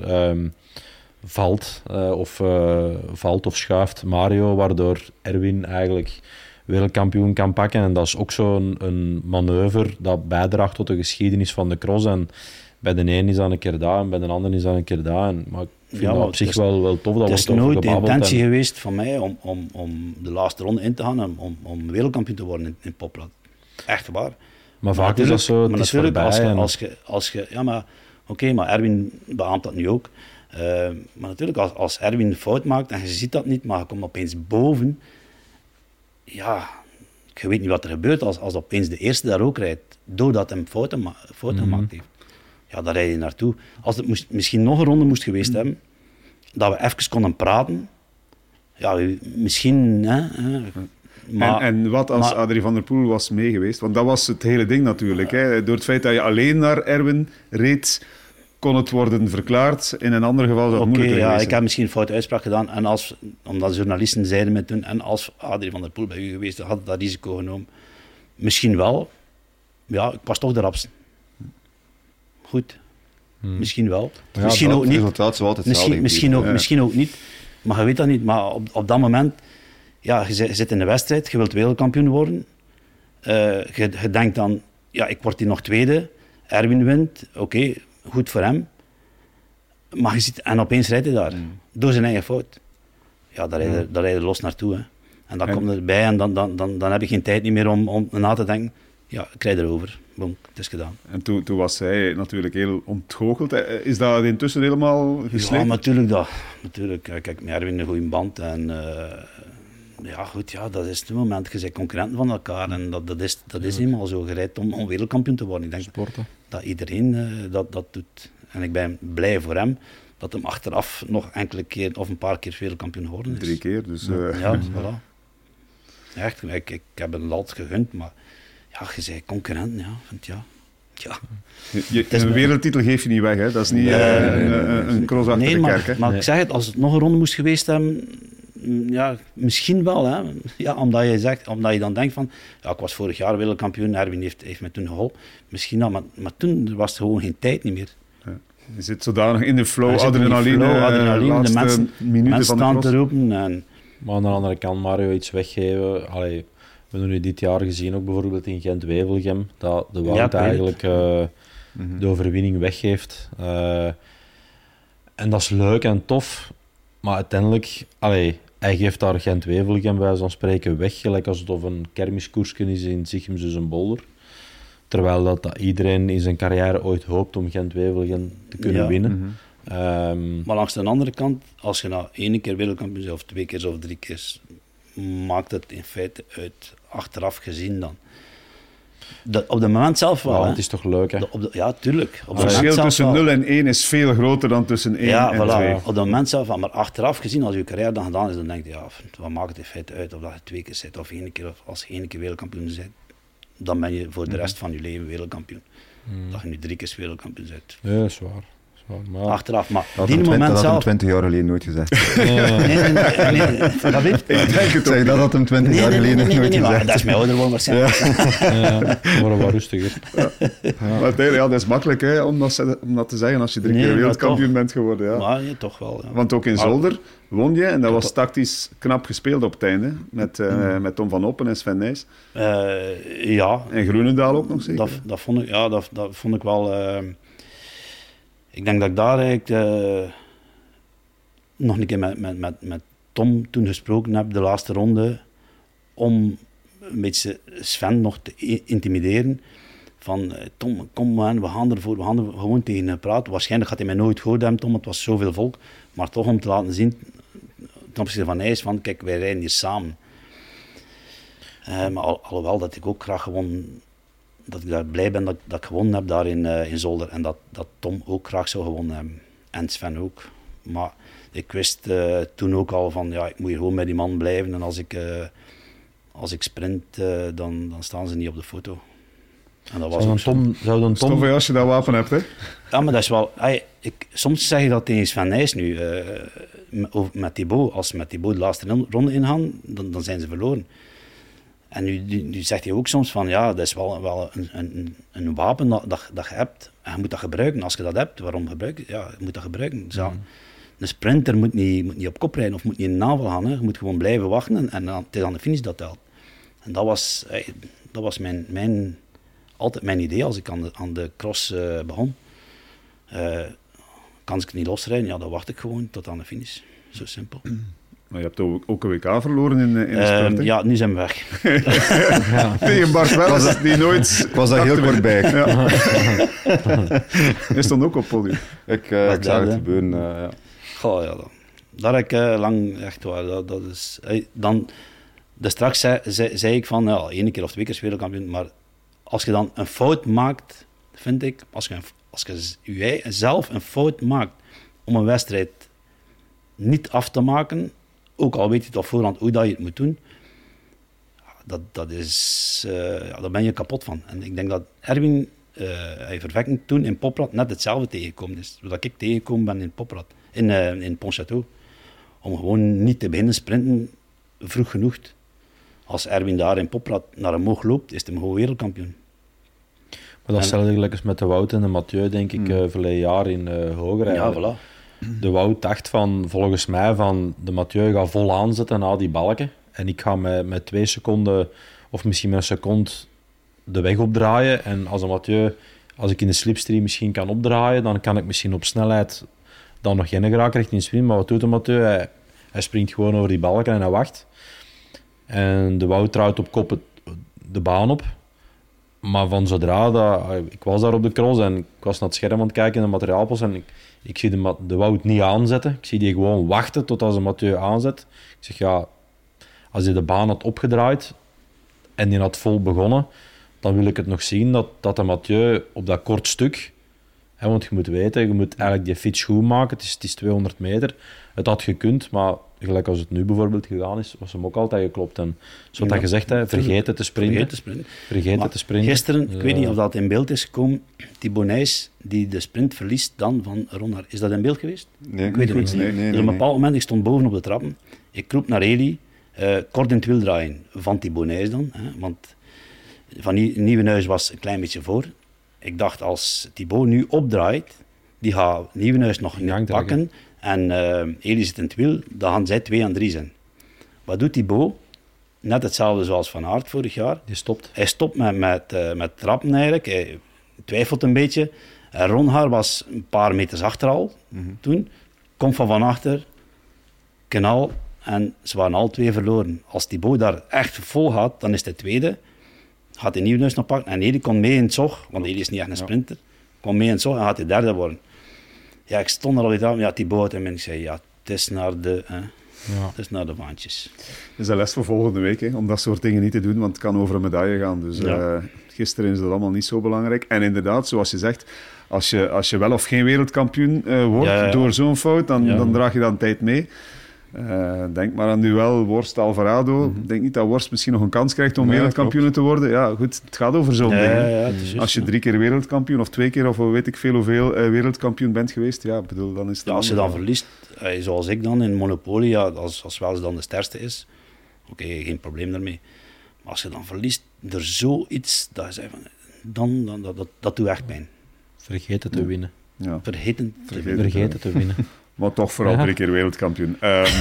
valt of schuift Mario, waardoor Erwin eigenlijk wereldkampioen kan pakken. En dat is ook zo'n manoeuvre dat bijdraagt tot de geschiedenis van de cross. En bij de een is dat een keer dat en bij de ander is dat een keer dat. Maar ik vind dat op zich wel tof. Het is nooit de intentie geweest van mij om de laatste ronde in te gaan en om wereldkampioen te worden in Poplat. Echt waar. Maar vaak is dat zo, het is voorbij. Maar Erwin beaamt dat nu ook. Maar natuurlijk, als Erwin een fout maakt en je ziet dat niet, maar je komt opeens boven, ja, je weet niet wat er gebeurt als opeens de eerste daar ook rijdt, doordat hij fouten gemaakt heeft. Ja, daar rijd je naartoe. Als het misschien nog een ronde moest geweest hebben, dat we even konden praten, ja, misschien... Maar, en wat als Adrie van der Poel was meegeweest? Want dat was het hele ding natuurlijk. Hè? Door het feit dat je alleen naar Erwin reed, kon het worden verklaard. In een ander geval zou het moeilijker geweest zijn. Ik heb misschien een foute uitspraak gedaan. En omdat journalisten zeiden me toen, en als Adrie van der Poel bij u geweest had dat risico genomen. Misschien wel. Ja, ik was toch de rapste. Goed. Misschien wel. Ja, misschien ook niet. Het resultaat zou altijd hetzelfde misschien ook niet. Maar je weet dat niet. Maar op dat moment... Ja, je zit in de wedstrijd, je wilt wereldkampioen worden. Je denkt dan, ja, ik word hier nog tweede. Erwin wint, oké, goed voor hem. Maar je ziet, en opeens rijdt hij daar, door zijn eigen fout. Ja, daar rijdt hij los naartoe. Hè. En dan komt erbij en dan heb je geen tijd niet meer om na te denken. Ja, ik rijd erover. Boom, het is gedaan. En toen was hij natuurlijk heel ontgoocheld. Is dat intussen helemaal gesleten? Ja, natuurlijk. Kijk, met Erwin een goede band en... ja, goed, ja, dat is het moment. Je bent concurrenten van elkaar en dat is helemaal zo gereid om wereldkampioen te worden. Ik denk Sporten. Dat iedereen dat doet. En ik ben blij voor hem dat hem achteraf nog enkele keer of een paar keer wereldkampioen geworden is. 3 keer, dus... Ja, voilà. Echt, ik heb het altijd gegund, maar ja, je bent concurrent, ja. Ja. Een wereldtitel geef je niet weg, hè? Dat is niet een cross achter de kerk. Maar ik zeg het, als het nog een ronde moest geweest hebben... Ja, misschien wel. Hè. Ja, omdat je dan denkt van... Ja, ik was vorig jaar wereldkampioen, Erwin heeft me toen geholpen. Misschien wel, maar toen was er gewoon geen tijd niet meer. Ja. Je zit zodanig in de flow, adrenaline, de mensen staan te roepen. En... Maar aan de andere kant, Mario iets weggeven... Allee, we hebben nu dit jaar gezien, ook bijvoorbeeld in Gent-Wevelgem, dat de Wout eigenlijk de overwinning weggeeft. En dat is leuk en tof, maar uiteindelijk... Hij geeft daar Gent-Wevelgem bij zo'n spreken weg, gelijk als het of een kermiskoersje is in Zichemzus en Bolder. Terwijl dat iedereen in zijn carrière ooit hoopt om Gent-Wevelgem te kunnen winnen. Maar langs de andere kant, als je nou 1 keer wereldkampioen bent, of 2 keer of 3 keer, maakt het in feite uit, achteraf gezien dan. Op het moment zelf wel. Het is toch leuk, hè? Ja, tuurlijk. Het verschil tussen 0 en 1 is veel groter dan tussen 1 en 2. Op dat moment zelf wel. Maar achteraf gezien, als je carrière dan gedaan is, dan denk je, ja, wat maakt het in feite uit of dat je 2 keer zit of 1 keer, of als je 1 keer wereldkampioen bent, dan ben je voor de rest van je leven wereldkampioen. Dat je nu 3 keer wereldkampioen bent. Ja, dat is waar. Maar... Achteraf, maar dat die moment zelf... Dat had hem 20 jaar geleden nooit gezegd. Nee, dat weet ik. Zeg, dat had hem 20 jaar geleden nooit gezegd. Maar dat is mijn ouder worden waarschijnlijk. Ja, worden wat rustiger. Maar dat is makkelijk, hè, om dat te zeggen als je 3 keer wereldkampioen bent geworden. Ja. Maar ja, toch wel. Ja. Want ook in Zolder won je, en dat was tactisch knap gespeeld op het einde, met Tom van Oppen en Sven Nys. Ja. En Groenendaal ook nog zeker? Dat vond ik wel... Ik denk dat ik daar eigenlijk nog een keer met Tom toen gesproken heb, de laatste ronde, om een beetje Sven nog te intimideren. Van, Tom, kom man, we gaan er gewoon tegen praten. Waarschijnlijk had hij mij nooit gehoord hebben, Tom, het was zoveel volk. Maar toch om te laten zien, ten opzichte van Nijs, van kijk, wij rijden hier samen. Maar alhoewel dat ik ook graag gewoon, dat ik daar blij ben dat ik gewonnen heb daar in Zolder. En dat Tom ook graag zou gewonnen hebben. En Sven ook. Maar ik wist toen ook al van, ja, ik moet hier gewoon bij die man blijven. En als ik sprint, dan staan ze niet op de foto. En dat was ook zo. Stoffel, als je dat wapen hebt, hè? Ja, maar dat is wel... soms zeg je dat tegen Sven Nijs nu, met Thibaut. Als ze met Thibaut de laatste ronde ingaan, dan zijn ze verloren. En nu zegt hij ook soms van, ja, dat is wel een wapen dat je hebt. En je moet dat gebruiken. Als je dat hebt, waarom gebruik je? Ja, je moet dat gebruiken. Dus ja, een sprinter moet niet op kop rijden of moet niet in de navel gaan. Hè. Je moet gewoon blijven wachten en het is aan de finish dat telt. En dat was altijd mijn idee als ik aan de cross begon. Kan ik het niet losrijden? Ja, dan wacht ik gewoon tot aan de finish. Zo simpel. Maar je hebt ook een WK verloren in de spurt, ja, nu zijn we weg. Tegen Bart Welles, die nooit... Ik was daar heel kort bij. Ja. Hij stond ook op het podium. Ik zag het gebeuren, ja. Goh, ja, daar heb ik lang echt waar. Dat is, dan, straks zei ik van, ja, 1 keer of 2 keer wereldkampioen, maar als je dan een fout maakt, vind ik, als je zelf een fout maakt om een wedstrijd niet af te maken, ook al weet je op voorhand hoe dat je het moet doen, dat is, daar ben je kapot van. En ik denk dat Erwin Vervekken toen in Poprad net hetzelfde tegengekomen is. Wat ik tegengekomen ben in Poprad, in Pontchâteau. Om gewoon niet te beginnen sprinten vroeg genoeg. Als Erwin daar in Poprad naar omhoog loopt, is hij gewoon wereldkampioen. Maar dat is hetzelfde gelijk als met de Wout en de Mathieu, denk ik, verleden jaar in Hoger. Ja, voilà. De Wout dacht volgens mij van de Mathieu gaat vol aanzetten na die balken. En ik ga met 2 seconden of misschien met 1 seconde de weg opdraaien. En als een Mathieu, als ik in de slipstream misschien kan opdraaien, dan kan ik misschien op snelheid dan nog geen geraken richting de sprint. Maar wat doet de Mathieu? Hij springt gewoon over die balken en hij wacht. En de Wout trouwt op kop de baan op. Maar van zodra ik was daar op de cross en ik was naar het scherm aan het kijken in de materiaalpost en ik zie de Wout niet aanzetten. Ik zie die gewoon wachten tot als de Mathieu aanzet. Ik zeg ja, als hij de baan had opgedraaid en die had vol begonnen, dan wil ik het nog zien dat de Mathieu op dat kort stuk, want je moet weten, je moet eigenlijk die fiets goed maken. Het is 200 meter. Het had gekund, maar gelijk als het nu bijvoorbeeld gegaan is, was hem ook altijd geklopt. En zoals dat gezegd, vergeet het te sprinten. Vergeet het te sprinten. Gisteren, ik weet niet of dat in beeld is gekomen, Thibaut Nijs die de sprint verliest dan van Ronhaar. Is dat in beeld geweest? Nee, ik weet het niet. Nee, op een bepaald moment, ik stond boven op de trappen, ik roep naar Eli, kort in het wiel draaien van Thibaut Nijs dan, want Van Nieuwenhuis was een klein beetje voor. Ik dacht, als Thibaut nu opdraait, die gaat Nieuwenhuis nog niet pakken en Eli zit in het wiel, dan gaan zij 2 en 3 zijn. Wat doet Thibaut? Net hetzelfde zoals Van Aert vorig jaar. Die stopt. Hij stopt met trappen eigenlijk. Hij twijfelt een beetje. Ronhaar was een paar meters achter al toen. Komt van achter, knal en ze waren al 2 verloren. Als Thibaut daar echt vol gaat, dan is hij tweede. Gaat hij Nieuwenhuis nog pakken en Eli komt mee in het zog, want Eli is niet echt een sprinter. Komt mee in het zog en gaat hij derde worden. Ja, ik stond er al aan, ja, Thibaut en ik zei, ja, het is naar de... Het is naar de vaantjes. Dat is de les voor volgende week, hè, om dat soort dingen niet te doen, want het kan over een medaille gaan. Dus gisteren is dat allemaal niet zo belangrijk. En inderdaad, zoals je zegt, als je wel of geen wereldkampioen wordt door zo'n fout, dan draag je dan tijd mee. Denk maar aan duel Worst-Alvarado. Ik denk niet dat Worst misschien nog een kans krijgt om wereldkampioen te worden. Ja, goed, het gaat over zo'n dingen. Als je 3 keer wereldkampioen of 2 keer of weet ik veel hoeveel wereldkampioen bent geweest, bedoel, dan is het... Ja, als je dan verliest, zoals ik dan in Monopoly, als Wels dan de sterkste is, oké, geen probleem daarmee. Maar als je dan verliest door zoiets, dat doet echt pijn. Vergeten te winnen. Ja. Vergeten te winnen. Maar toch vooral 3 keer wereldkampioen.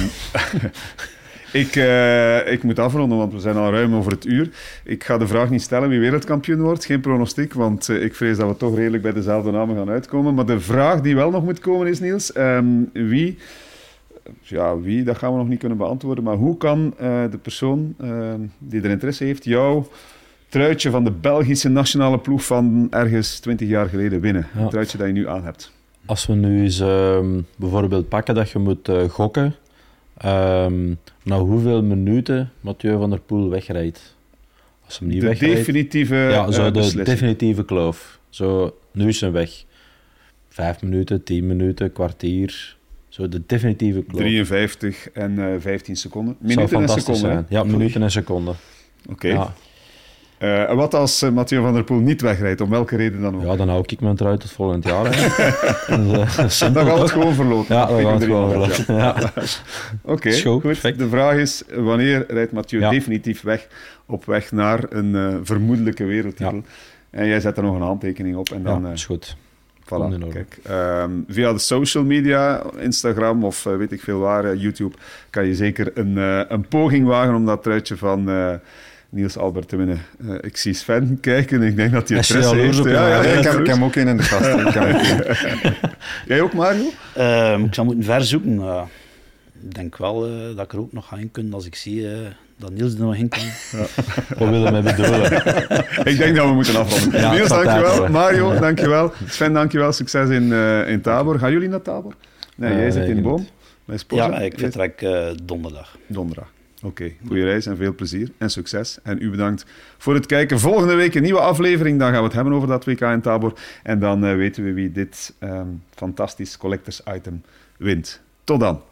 Ik moet afronden, want we zijn al ruim over het uur. Ik ga de vraag niet stellen wie wereldkampioen wordt. Geen pronostiek, want ik vrees dat we toch redelijk bij dezelfde namen gaan uitkomen. Maar de vraag die wel nog moet komen is, Niels, wie wie, dat gaan we nog niet kunnen beantwoorden. Maar hoe kan de persoon die er interesse heeft jouw truitje van de Belgische nationale ploeg van ergens 20 jaar geleden winnen? Ja. Het truitje dat je nu aan hebt. Als we nu eens bijvoorbeeld pakken dat je moet gokken, na hoeveel minuten Mathieu van der Poel wegrijdt. Als hem niet De wegrijdt, definitieve de beslissing. definitieve kloof. Zo, nu is hem weg. 5 minuten, 10 minuten, kwartier. Zo de definitieve kloof. 53 en 15 seconden. Zou Minuten en fantastisch seconden. zijn. Ja, minuten en seconden. Oké. Ja. En wat als Mathieu van der Poel niet wegrijdt, om welke reden dan ook? Ja, dan hou ik mijn trui tot volgend jaar. Hè. Dan gaan we het gewoon verloten. Ja, dan gaan we het gewoon Ja. verloten. Ja. Oké, Is goed, goed. perfect. De vraag is, wanneer rijdt Mathieu Ja. definitief weg op weg naar een vermoedelijke wereldtitel? Ja. En jij zet er nog een handtekening op en dan... Ja, is goed. Voilà, Komt in orde. kijk. Via de social media, Instagram of weet ik veel waar, YouTube, kan je zeker een poging wagen om dat truitje van Niels Albert te winnen. Ik zie Sven kijken, ik denk dat hij het Hij is stress jaloers heeft. op Ja, jou, ja, hè? ja, Ik heb hem ook in de gast. Jij ook, Mario? Ik zou moeten verzoeken. Ik denk wel dat ik er ook nog ga in kunnen als ik zie dat Niels er nog in kan. Wat wil je mee bedoelen? Ik denk dat we moeten afronden. Ja, Niels, het gaat dankjewel. uitrollen. Mario, dankjewel. Sven, dankjewel. Succes in Tabor. Gaan jullie naar Tabor? Nee, jij zit nee, in niet. Boom. Bij Sporza. Ja, ik vertrek donderdag. Donderdag. Oké, goede reis en veel plezier en succes. En u bedankt voor het kijken. Volgende week een nieuwe aflevering. Dan gaan we het hebben over dat WK in Tabor. En dan weten we wie dit fantastisch collectors item wint. Tot dan.